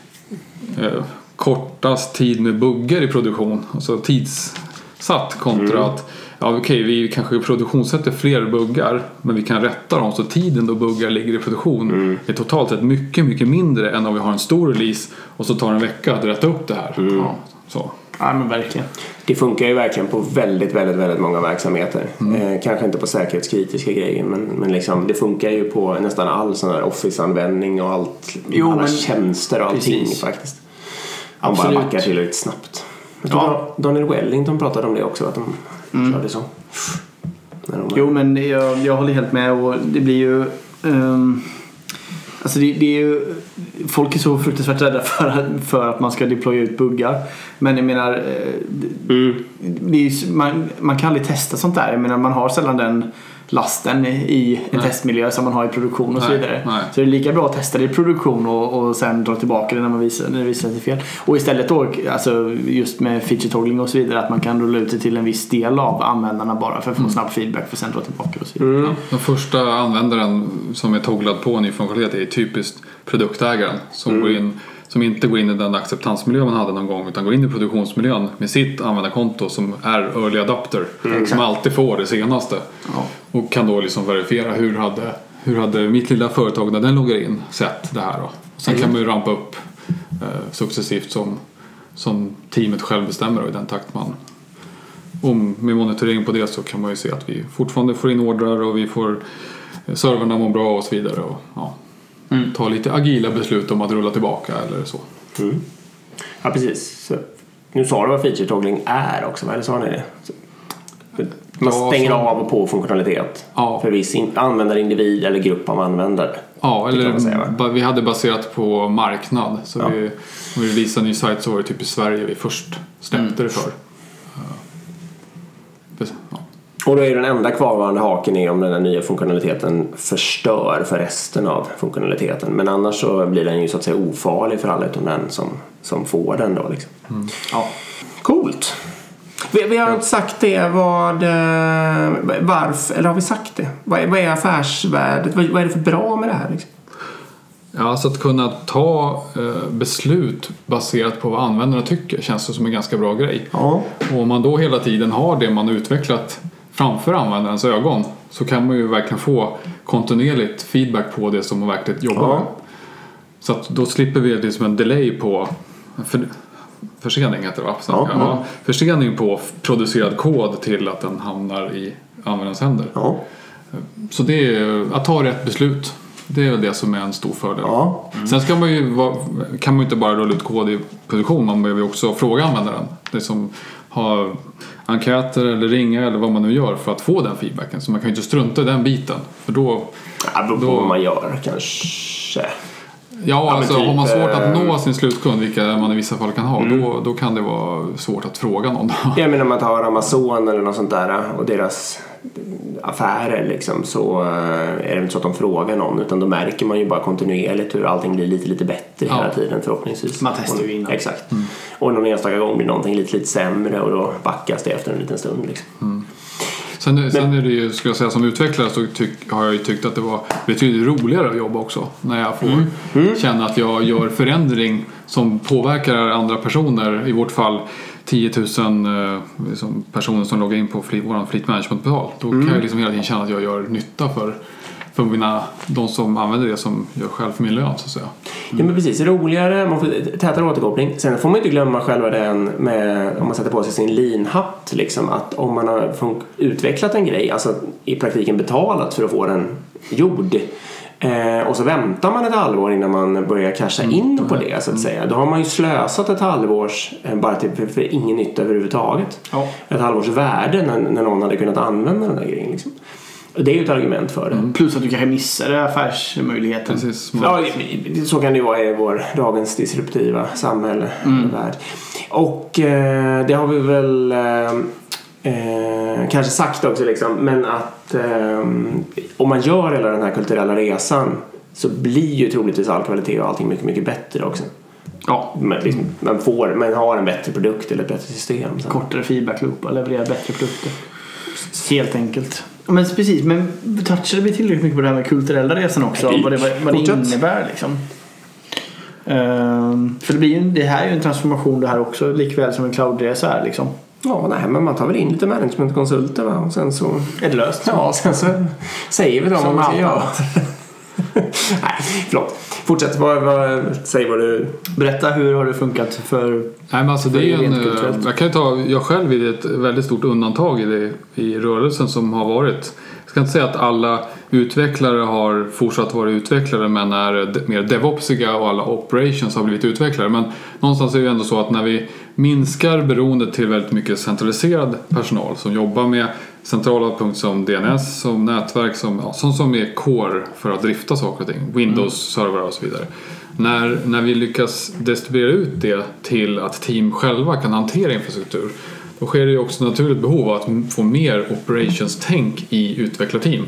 kortast tid med buggar i produktion, alltså tidssatt kontra att vi kanske produktionssätter fler buggar, men vi kan rätta dem så tiden då buggar ligger i produktion är totalt sett mycket, mycket mindre än om vi har en stor release och så tar det en vecka att rätta upp det här. Så. Ja, men verkligen. Det funkar ju verkligen på väldigt, väldigt, väldigt många verksamheter. Kanske inte på säkerhetskritiska grejer, men liksom, det funkar ju på nästan all sån här Office-användning och allt, alla tjänster och allting faktiskt. Han bara backar till lite snabbt. Jag tror Daniel Wellington pratade om det också, att de körde så. Jo, men jag håller helt med, och det blir ju alltså det är ju, folk är så fruktansvärt rädda för att man ska deploya ut buggar. Men jag menar man kan aldrig testa sånt där. Jag menar, man har sällan den lasten i en testmiljö som man har i produktion och så vidare. Så det är lika bra att testa det i produktion och sen dra tillbaka det när det visar sig fel. Och istället då, alltså just med feature toggling och så vidare, att man kan rulla ut det till en viss del av användarna bara för att få snabb feedback för sen dra tillbaka och så vidare. Den första användaren som är togglad på ny funktionalitet är typiskt produktägaren som går in, som inte går in i den acceptansmiljö man hade någon gång, utan går in i produktionsmiljön med sitt användarkonto som är early adapter, som alltid får det senaste och kan då liksom verifiera hur hade mitt lilla företag när den loggar in sett det här då. Sen kan man ju rampa upp successivt som teamet själv bestämmer, och i den takt man, och med monitorering på det så kan man ju se att vi fortfarande får in ordrar och vi får serverna må bra och så vidare, och ta lite agila beslut om att rulla tillbaka eller så. Ja, precis. Så, nu sa du vad feature toggling är också, eller sa ni det? Så, man stänger av och på funktionalitet för viss användarindivid eller grupp av användare. Ja, eller vi hade baserat på marknad. Så om vi releasade en ny sajt så var det typ i Sverige vi först släppte det för. Och då är den enda kvarvarande haken är om den här nya funktionaliteten förstör för resten av funktionaliteten. Men annars så blir den ju så att säga ofarlig för alla utom den som får den då liksom. Coolt. Vi har inte sagt det, varför, eller har vi sagt det? Vad är affärsvärdet? Vad är det för bra med det här liksom? Ja, alltså att kunna ta beslut baserat på vad användarna tycker känns det som en ganska bra grej. Och om man då hela tiden har det man utvecklat framför användarens ögon, så kan man ju verkligen få kontinuerligt feedback på det som man verkligen jobbar med. Så att då slipper vi liksom en delay på försening heter det va? Försening på producerad kod till att den hamnar i användarens händer. Så det är att ta rätt beslut. Det är väl det som är en stor fördel. Sen ska man ju kan man ju inte bara rulla ut kod i produktion, man behöver också fråga användaren. Det som har enkäter eller ringa eller vad man nu gör för att få den feedbacken. Så man kan ju inte strunta i den biten. För då vad man gör kanske. Ja, alltså typ, har man svårt att nå sin slutkund, vilka man i vissa fall kan ha, då kan det vara svårt att fråga någon. Jag menar, om man tar Amazon eller något sånt där och deras affärer liksom, så är det inte så att de frågar någon, utan då märker man ju bara kontinuerligt hur allting blir lite bättre hela tiden förhoppningsvis. Man testar ju innan. Exakt. Och någon enstaka gång blir någonting lite sämre och då backas det efter en liten stund liksom. Sen är det ju, ska jag säga, som utvecklare så har jag ju tyckt att det var betydligt roligare att jobba också. När jag får känna att jag gör förändring som påverkar andra personer. I vårt fall 10 000 liksom, personer som loggar in på vår fleet management-portal. Då kan jag liksom hela tiden känna att jag gör nytta för de som använder det som gör själv för min lön, så att säga. Ja, men precis, roligare, man får tätare återkoppling. Sen får man inte glömma själva den med, om man sätter på sig sin lean-hatt liksom, att om man har utvecklat en grej, alltså i praktiken betalat för att få den gjord, och så väntar man ett halvår innan man börjar casha in på det, så att säga. Då har man ju slösat ett halvårs bara för ingen nytta överhuvudtaget. Ett halvårs värde när någon hade kunnat använda den där grejen liksom. Det är ju ett argument för det. Plus att du kanske missar affärsmöjligheten. Precis. Ja, så kan det ju vara i dagens disruptiva samhälle och värld. Och det har vi väl kanske sagt också liksom, men att om man gör hela den här kulturella resan så blir ju troligtvis all kvalitet och allting mycket, mycket bättre också. Ja, men liksom, man har en bättre produkt eller ett bättre system. Så. Kortare feedback-loop och levererar bättre produkter. Helt enkelt. Men precis, men touchade vi tillräckligt mycket på det här med kulturella resan också? Vad det innebär liksom. För det här är ju en transformation det här också, likväl som en cloudresa är liksom. Ja, nej, men man tar väl in lite managementkonsulter, va? Och sen så är det löst. Ja, sen så säger vi vad man ska göra. Nej, förlåt. Fortsätt, säg vad du... Berätta, hur har det funkat för... Nej, men alltså det är jag själv är ett väldigt stort undantag i rörelsen som har varit. Jag ska inte säga att alla utvecklare har fortsatt vara utvecklare, men är mer DevOpsiga och alla operations har blivit utvecklare. Men någonstans är det ju ändå så att när vi minskar beroendet till väldigt mycket centraliserad personal som jobbar med centrala punkter som DNS, som nätverk, som är core för att drifta saker och ting, Windows-servrar och så vidare. När vi lyckas distribuera ut det till att team själva kan hantera infrastruktur, då sker det ju också naturligt behov av att få mer operations-tänk i utvecklarteam.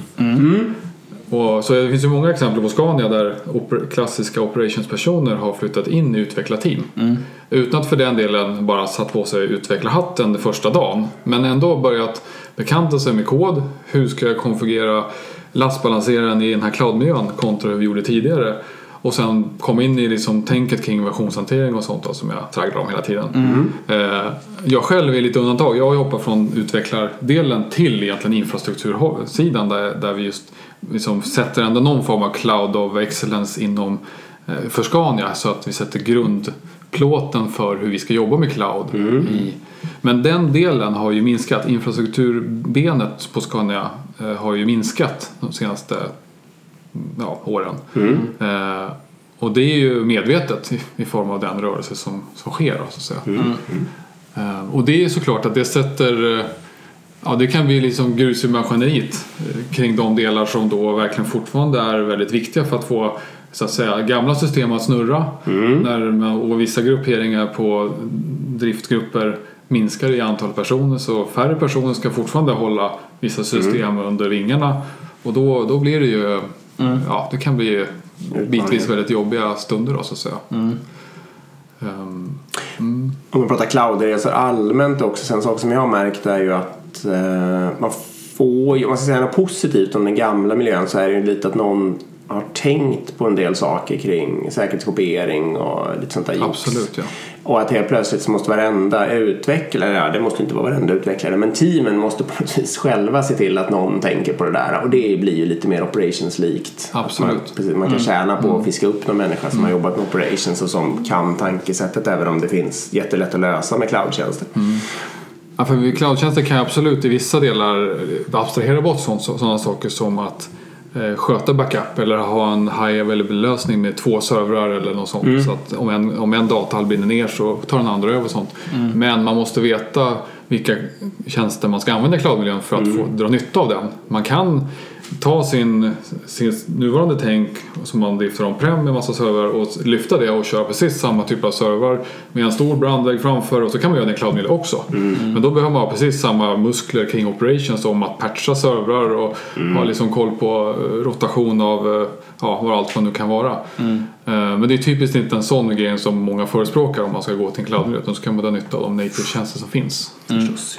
Och så det finns ju många exempel på Scania där klassiska operationspersoner har flyttat in i utvecklarteam. Utan att för den delen bara satt på sig utvecklarhatten den första dagen, men ändå börjat bekanta sig med kod. Hur ska jag konfigurera lastbalanseraren i den här cloudmiljön kontra hur vi gjorde tidigare? Och sen komma in i liksom tänket kring versionshantering och sånt då, som jag tragglar om hela tiden. Jag själv är lite undantag. Jag hoppar från utvecklardelen till egentligen infrastruktursidan där vi just liksom sätter ändå någon form av cloud of excellence inom för Scania, så att vi sätter grundplåten för hur vi ska jobba med cloud. Men den delen har ju minskat. Infrastrukturbenet på Scania har ju minskat de senaste åren. Och det är ju medvetet i form av den rörelse som sker, så att säga. Och det är såklart att det sätter... Ja, det kan bli liksom grus i maskineriet kring de delar som då verkligen fortfarande är väldigt viktiga för att få, så att säga, gamla system att snurra. Och vissa grupperingar på driftgrupper minskar i antal personer, så färre personer ska fortfarande hålla vissa system under vingarna. Och då blir det ju det kan bli bitvis väldigt jobbiga stunder då, så att säga. Om man pratar cloudresor allmänt också, sen sak som jag har märkt är ju att man får, om man ska säga något positivt om den gamla miljön, så är det ju lite att någon har tänkt på en del saker kring säkerhetskopiering och lite sånt där jox. Absolut, ja. Och att helt plötsligt så måste varenda utvecklare, det måste inte vara varenda utvecklare, men teamen måste på något vis själva se till att någon tänker på det där, och det blir ju lite mer operations-likt. Absolut. Man kan tjäna på att fiska upp någon människa som har jobbat med operations och som kan tankesättet, även om det finns jättelätt att lösa med cloudtjänster. Ja, för cloudtjänster kan absolut i vissa delar abstrahera bort sådana saker som att sköta backup eller ha en high available lösning med 2 servrar eller något sånt. Så att om en datahall brinner ner så tar den andra över sånt. Men man måste veta vilka tjänster man ska använda i cloudmiljön för att få dra nytta av den. Man kan ta sin nuvarande tänk som man driftar on-prem med massa server och lyfta det och köra precis samma typ av server med en stor brandvägg framför, och så kan man göra det i cloud-miljö också. Men då behöver man ha precis samma muskler kring operations om att patcha servrar och ha liksom koll på rotation av vad allt man nu kan vara. Men det är typiskt inte en sån grej som många förespråkar om man ska gå till en cloud-miljö, utan så kan man dra nytta av de native-tjänster som finns. Förstås.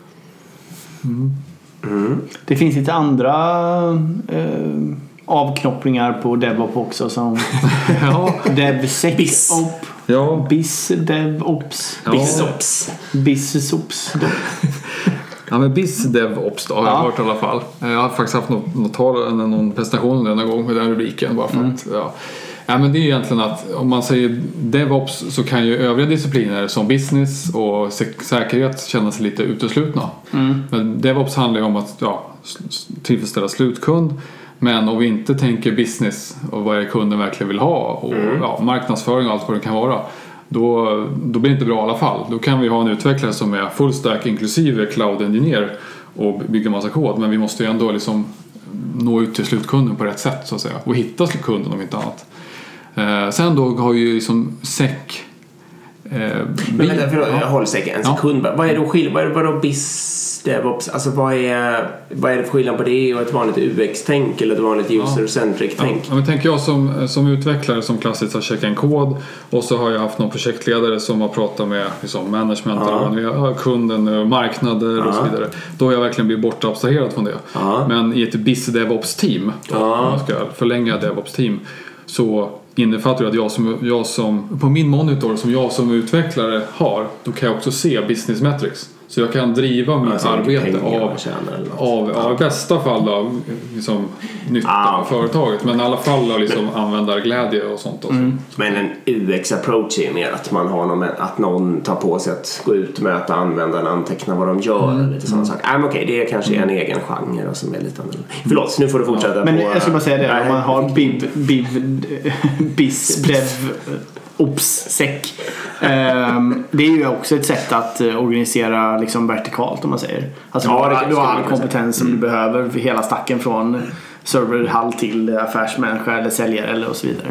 Det finns lite andra avknoppningar på DevOps också som DevSecOps. Ja. BizDevOps. BizOps. Ja, men BizDevOps då har jag hört i alla fall. Jag har faktiskt haft någon presentation någon gång med den rubriken bara för att, Ja, men det är egentligen att om man säger DevOps så kan ju övriga discipliner som business och säkerhet känna sig lite uteslutna. Men DevOps handlar ju om att tillfredsställa slutkund. Men om vi inte tänker business och vad kunden verkligen vill ha och marknadsföring och allt vad det kan vara, då blir det inte bra i alla fall. Då kan vi ha en utvecklare som är full stack inklusive cloud engineer och bygga massa kod, men vi måste ju ändå liksom nå ut till slutkunden på rätt sätt så att säga, och hitta slutkunden om inte annat. Sen då har ju liksom men vänta, förlåt, jag håller säkert en sekund. Vad är då skillnad? Vad är då BizDevOps? Alltså vad är det för skillnad på det och ett vanligt UX-tänk eller ett vanligt user-centric-tänk? Ja, men tänker jag som utvecklare som klassiskt har checkat en kod, och så har jag haft någon projektledare som har pratat med liksom management eller kunden, marknader och så vidare. Då har jag verkligen blivit bortabstraherad från det. Men i ett BizDevOps-team, om man ska förlänga DevOps-team, så innefattar det att jag som på min monitor som jag som utvecklare har, då kan jag också se business metrics. Så jag kan driva mitt arbete av i bästa fall av liksom, nytta av företaget, men i alla fall av liksom, användarglädje och sånt. Men en UX-approach är mer att man har att någon tar på sig att gå ut och möta användarna, anteckna vad de gör lite sådana saker. Men okej, det är kanske en egen genre som är lite annorlunda. Förlåt, nu får du fortsätta. Men jag ska bara säga det, om man har BizDevOps-sec. Det är ju också ett sätt att organisera liksom vertikalt, om man säger. Alltså du har all kompetens som du behöver för hela stacken från serverhall till affärsmänniska eller säljare eller och så vidare.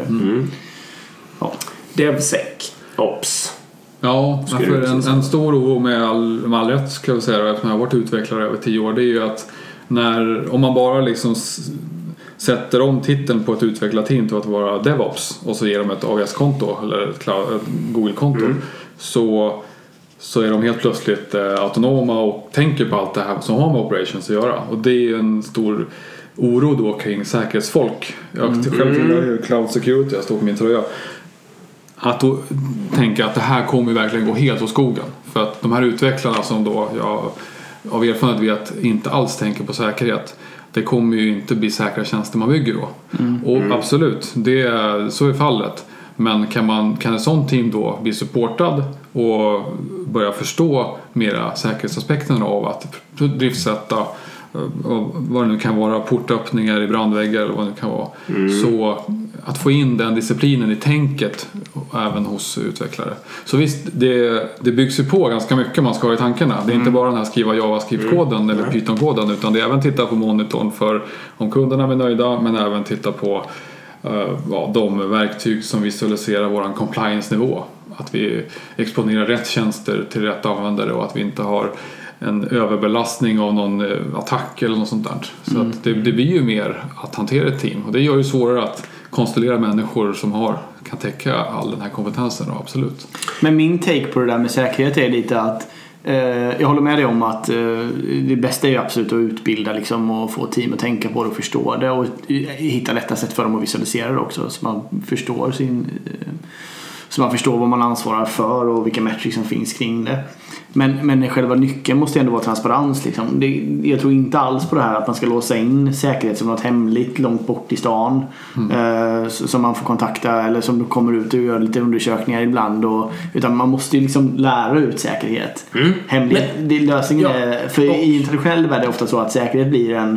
DevSecOps. Ja, för en stor oro med all rätt ska jag säga, eftersom jag har varit utvecklare över 10 år, det är ju att om man bara liksom sätter om titeln på ett utvecklarteam till att vara DevOps och så ger de ett AWS-konto eller ett Google-konto, så är de helt plötsligt autonoma och tänker på allt det här som har med operations att göra. Och det är en stor oro då kring säkerhetsfolk. Jag själv tillhör cloud security, jag står på min tröja. Att då tänka att det här kommer verkligen gå helt åt skogen. För att de här utvecklarna som då jag av erfarenhet vet inte alls tänker på säkerhet, det kommer ju inte bli säkra tjänster man bygger då. Och absolut, så är fallet. Men kan ett sånt team då bli supportad och börja förstå mera säkerhetsaspekterna av att driftsätta vad det nu kan vara, portöppningar i brandväggar eller vad det nu kan vara. Så att få in den disciplinen i tänket även hos utvecklare. Så visst, det byggs ju på ganska mycket man ska ha i tankarna. Det är inte bara den här skriva JavaScript-koden eller Python-koden, utan det är även titta på monitorn för om kunderna är nöjda, men även titta på de verktyg som visualiserar våran compliance-nivå. Att vi exponerar rätt tjänster till rätt användare och att vi inte har en överbelastning av någon attack eller något sånt där. Så att det blir ju mer att hantera ett team. Och det gör ju svårare att konstellera människor som kan täcka all den här kompetensen, och absolut. Men min take på det där med säkerhet är lite att jag håller med dig om att det bästa är ju absolut att utbilda liksom, och få team att tänka på det och förstå det och hitta lätta sätt för dem att visualisera det också, så man förstår så man förstår vad man ansvarar för och vilka metrics som finns kring det. Men själva nyckeln måste ändå vara transparens liksom. Jag tror inte alls på det här att man ska låsa in säkerhet som något hemligt långt bort i stan som man får kontakta eller som du kommer ut och gör lite undersökningar ibland utan man måste ju liksom lära ut säkerhet. Hemlighet, lösningen är, för i en traditionell värld är det ofta så att säkerhet blir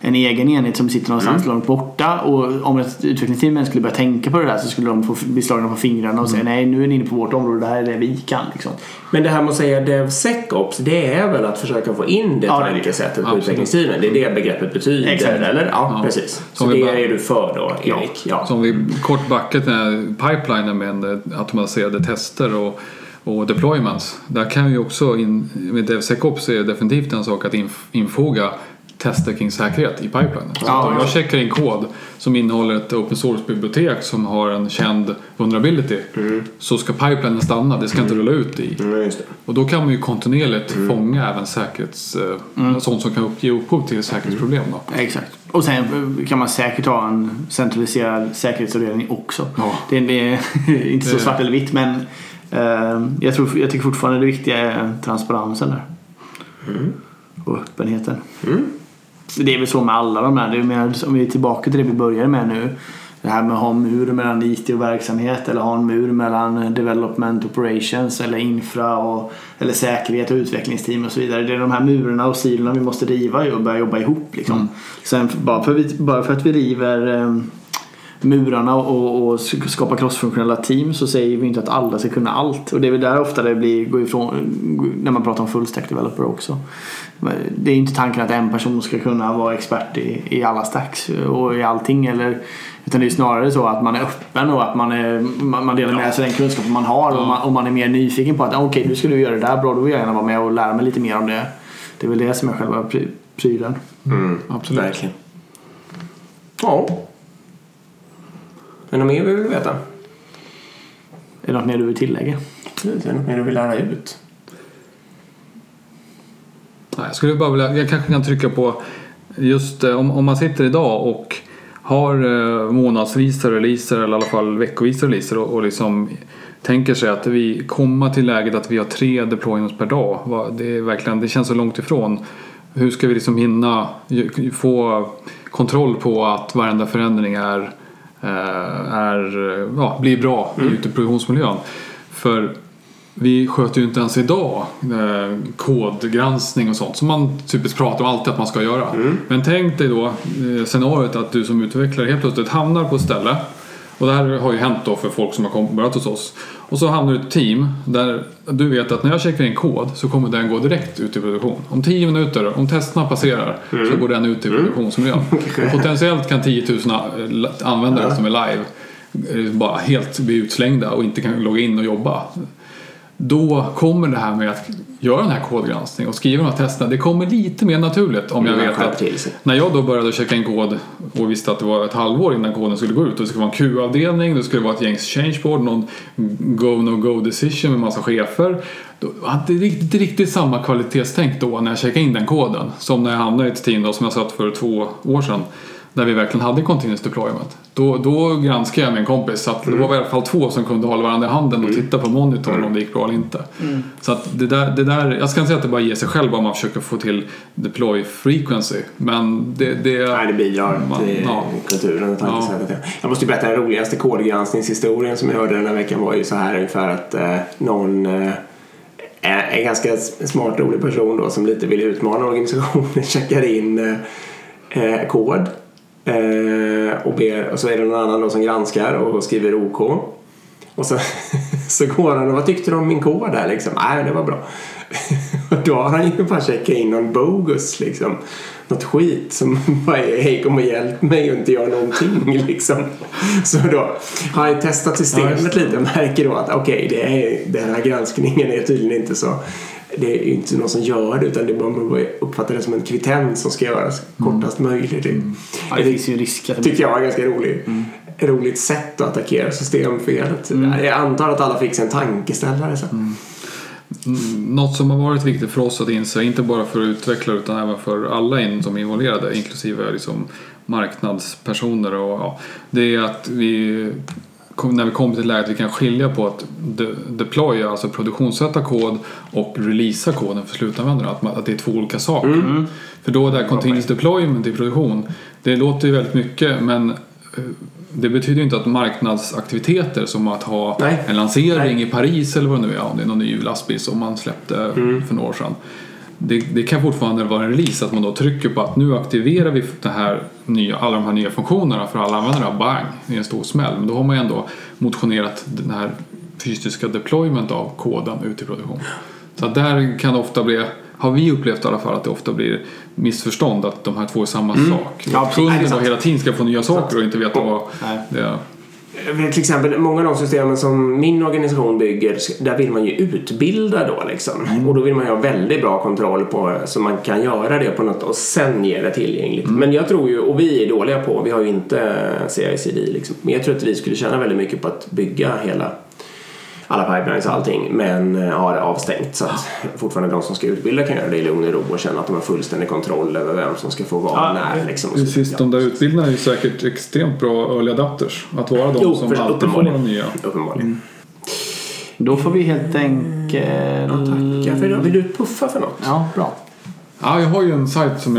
en egen enhet som sitter någonstans långt borta, och om ett utvecklingsteam skulle börja tänka på det där så skulle de få bli slagna på fingrarna och säga nej, nu är ni inne på vårt område, det här är det vi kan liksom. Men det här med att säga DevSecOps, det är väl att försöka få in det tankesättet på utvecklingsteamen. Det är det begreppet betyder. Exakt. Eller? Ja, precis. Så det är du för då, Erik. Ja. Som vi kort backat med pipelinen med automatiserade tester och deployments. Där kan vi också med DevSecOps är det definitivt en sak att infoga tester kring säkerhet i pipelinen. Om jag checkar in kod som innehåller ett open source-bibliotek som har en känd vulnerability, så ska pipelinen stanna. Det ska inte rulla ut i. Just det. Och då kan man ju kontinuerligt fånga även sånt som kan ge upphov till säkerhetsproblem då. Exakt. Och sen kan man säkert ha en centraliserad säkerhetsavdelning också. Ja. Det är inte så svart eller vitt, men jag tycker fortfarande det viktiga är transparensen där. Och öppenheten. Det är väl så med alla de här. Om vi är tillbaka till det vi började med nu, det här med att ha en mur mellan IT och verksamhet, eller ha en mur mellan development operations eller infra eller säkerhet och utvecklingsteam och så vidare. Det är de här murarna och silorna vi måste riva och börja jobba ihop liksom. Sen bara för att vi river murarna och skapa crossfunktionella team, så säger vi inte att alla ska kunna allt, och det är väl där ofta det går ifrån när man pratar om full stack developer också. Det är inte tanken att en person ska kunna vara expert i alla stacks och i allting, utan det är snarare så att man är öppen och att man delar med sig den kunskap man har, och man är mer nyfiken på att okej, du skulle göra det där bra, då vill jag gärna vara med och lära mig lite mer om det. Det är väl det som är själva prylen. Absolut. Verkligen. Ja. Är det något mer vi vill veta? Är det något mer du vill tillägga? Är det något mer du vill lära ut? Jag kanske kan trycka på just om man sitter idag och har månadsvisa releaser eller i alla fall veckovisa releaser och liksom tänker sig att vi kommer till läget att vi har 3 deployments per dag. Det känns så långt ifrån. Hur ska vi liksom hinna få kontroll på att varenda förändring blir bra ute i produktionsmiljön? För vi sköter ju inte ens idag kodgranskning och sånt som man typiskt pratar om alltid att man ska göra. Men tänk dig då scenariot att du som utvecklare helt plötsligt hamnar på ett ställe, och det här har ju hänt då för folk som har börjat hos oss, och så hamnar du i ett team där du vet att när jag checkar in kod så kommer den gå direkt ut i produktion. Om 10 minuter, om testerna passerar, så går den ut i produktionsmiljön. Potentiellt kan 10 000 användare som är live bara helt bli utslängda och inte kan logga in och jobba. Då kommer det här med att göra den här kodgranskningen och skriva de här testerna, det kommer lite mer naturligt om jag vet att när jag då började checka in kod och visste att det var ett halvår innan koden skulle gå ut, och det skulle vara en Q-avdelning, det skulle vara ett gängs changeboard, någon go-no-go decision med massa chefer, då hade det inte riktigt samma kvalitetstänk då när jag checkade in den koden som när jag hamnade i ett team då, som jag satt för 2 år sedan, där vi verkligen hade continuous deployment. Då granskade jag med en kompis, så att det var i alla fall 2 som kunde hålla varandra i handen och titta på monitorn om det gick bra eller inte. Så att det där, jag ska inte säga att det bara ger sig själv om man försöker få till deploy frequency, men det bidrar till kulturen och tankesättet. Jag måste ju berätta den roligaste kodgranskningshistorien som jag hörde den här veckan var ju så här ungefär att någon en ganska smart rolig person då som lite vill utmana organisationen checkar in kod och så är det någon annan då som granskar och skriver OK, och så går han och vad tyckte du om min kod där liksom? Nej, det var bra. Och då har han ju bara checkat in någon bogus liksom, något skit som bara är hej, kom och hjälp mig och inte gör någonting liksom. Så då har jag testat systemet lite och märker då att okej, den här granskningen är tydligen inte så, det är inte någon som gör det, utan det bara man uppfattar det som en kvittens som ska göras kortast möjligt. Ja, det finns ju risk att tycker jag är ganska roligt sätt att attackera systemfelet. Jag antar att alla fick en tankeställare så. Något som har varit viktigt för oss att inse, inte bara för utvecklare utan även för alla som är involverade, inklusive liksom marknadspersoner det är att när vi kommer till läget vi kan skilja på att deploya, alltså produktionssätta kod, och releasa koden för slutanvändare, att det är 2 olika saker. För då där continuous deployment i produktion, det låter ju väldigt mycket, men det betyder ju inte att marknadsaktiviteter som att ha en lansering i Paris eller vad det nu är, om det är någon ny lastbil som man släppte för några år sedan, det kan fortfarande vara en release att man då trycker på att nu aktiverar vi alla de här nya funktionerna för alla användare, bang, i en stor smäll. Men då har man ju ändå motionerat den här fysiska deployment av koden ut i produktion. Så att där kan det ofta bli, har vi upplevt i alla fall, att det ofta blir missförstånd att de här två är samma sak. Ja, kunden då hela tiden ska få nya saker och inte veta vad det är. Till exempel många av de systemen som min organisation bygger, där vill man ju utbilda då liksom. Och då vill man ju ha väldigt bra kontroll på, så man kan göra det på något och sen ge det tillgängligt. Men jag tror ju, och vi är dåliga på, vi har ju inte CI/CD liksom. Men jag tror att vi skulle tjäna väldigt mycket på att bygga alla pipelines och allting, men har det avstängt så att fortfarande de som ska utbilda kan göra det i lugn och ro och känna att de har fullständig kontroll över vem som ska få vara när liksom. Precis, de där utbildarna är ju säkert extremt bra early adapters att vara de som alltid får de nya. Uppenbarligen. Då får vi helt enkelt tacka för idag. Vill du puffa för något? Ja, bra. Ja, jag har ju en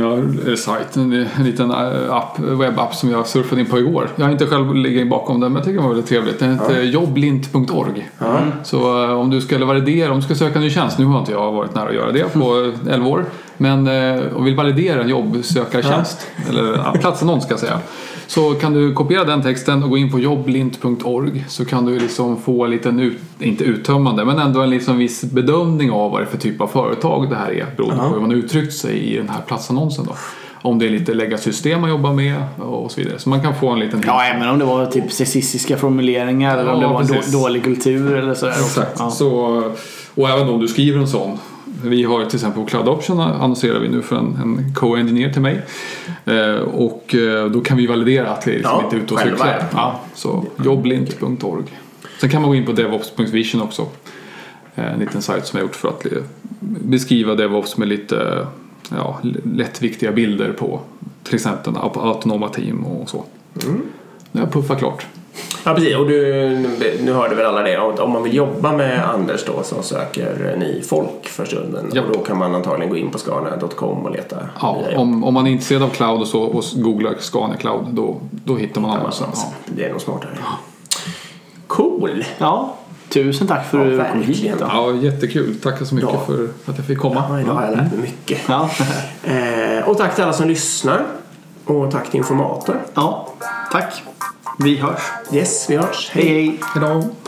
en liten webbapp som jag surfade in på igår. Jag har inte själv ligger bakom den, men jag tycker det var väldigt trevligt. Den heter jobblint.org. Så om du ska validera, om du ska söka en ny tjänst, nu har inte jag varit nära att göra det på 11 år, men om vill validera en jobbsökartjänst eller platsannons ska jag säga, så kan du kopiera den texten och gå in på jobblint.org, så kan du liksom få en liten, inte uttömmande, men ändå en liksom viss bedömning av vad det är för typ av företag det här är, beroende på hur man uttryckt sig i den här platsannonsen då. Om det är lite läggarsystem man jobbar med och så vidare. Så man kan få en liten... Ja, men om det var typ sexistiska formuleringar eller om det var dålig kultur eller så. Exakt. Ja. Så, och även om du skriver en sån. Vi har till exempel på Cloud Option annonserar vi nu för en co-engineer till mig. Och då kan vi validera att det är liksom inte ute och cyklar. Ja, så jobblint.org. Sen kan man gå in på devops.vision också. En liten sajt som jag gjort för att beskriva DevOps med lite lättviktiga bilder på till exempel autonoma team och så. Jag puffar klart. Ja, precis. Och nu hörde väl alla det. Om man vill jobba med Anders då, så söker ni folk för stunden. Ja. Och då kan man antagligen gå in på scania.com och leta. Ja, om man är intresserad av cloud och så och googlar Scania Cloud, då hittar man annonsen. Ja. Det är nog smartare. Cool! Ja. Tusen tack för att du kom hit. Ja, jättekul. Tack så mycket för att jag fick komma. Ja, idag har jag lärt mig mycket. Ja. Och tack till alla som lyssnar. Och tack till informator. Ja, tack. Vi hörs. Yes, vi hörs. Hej. Hejdå.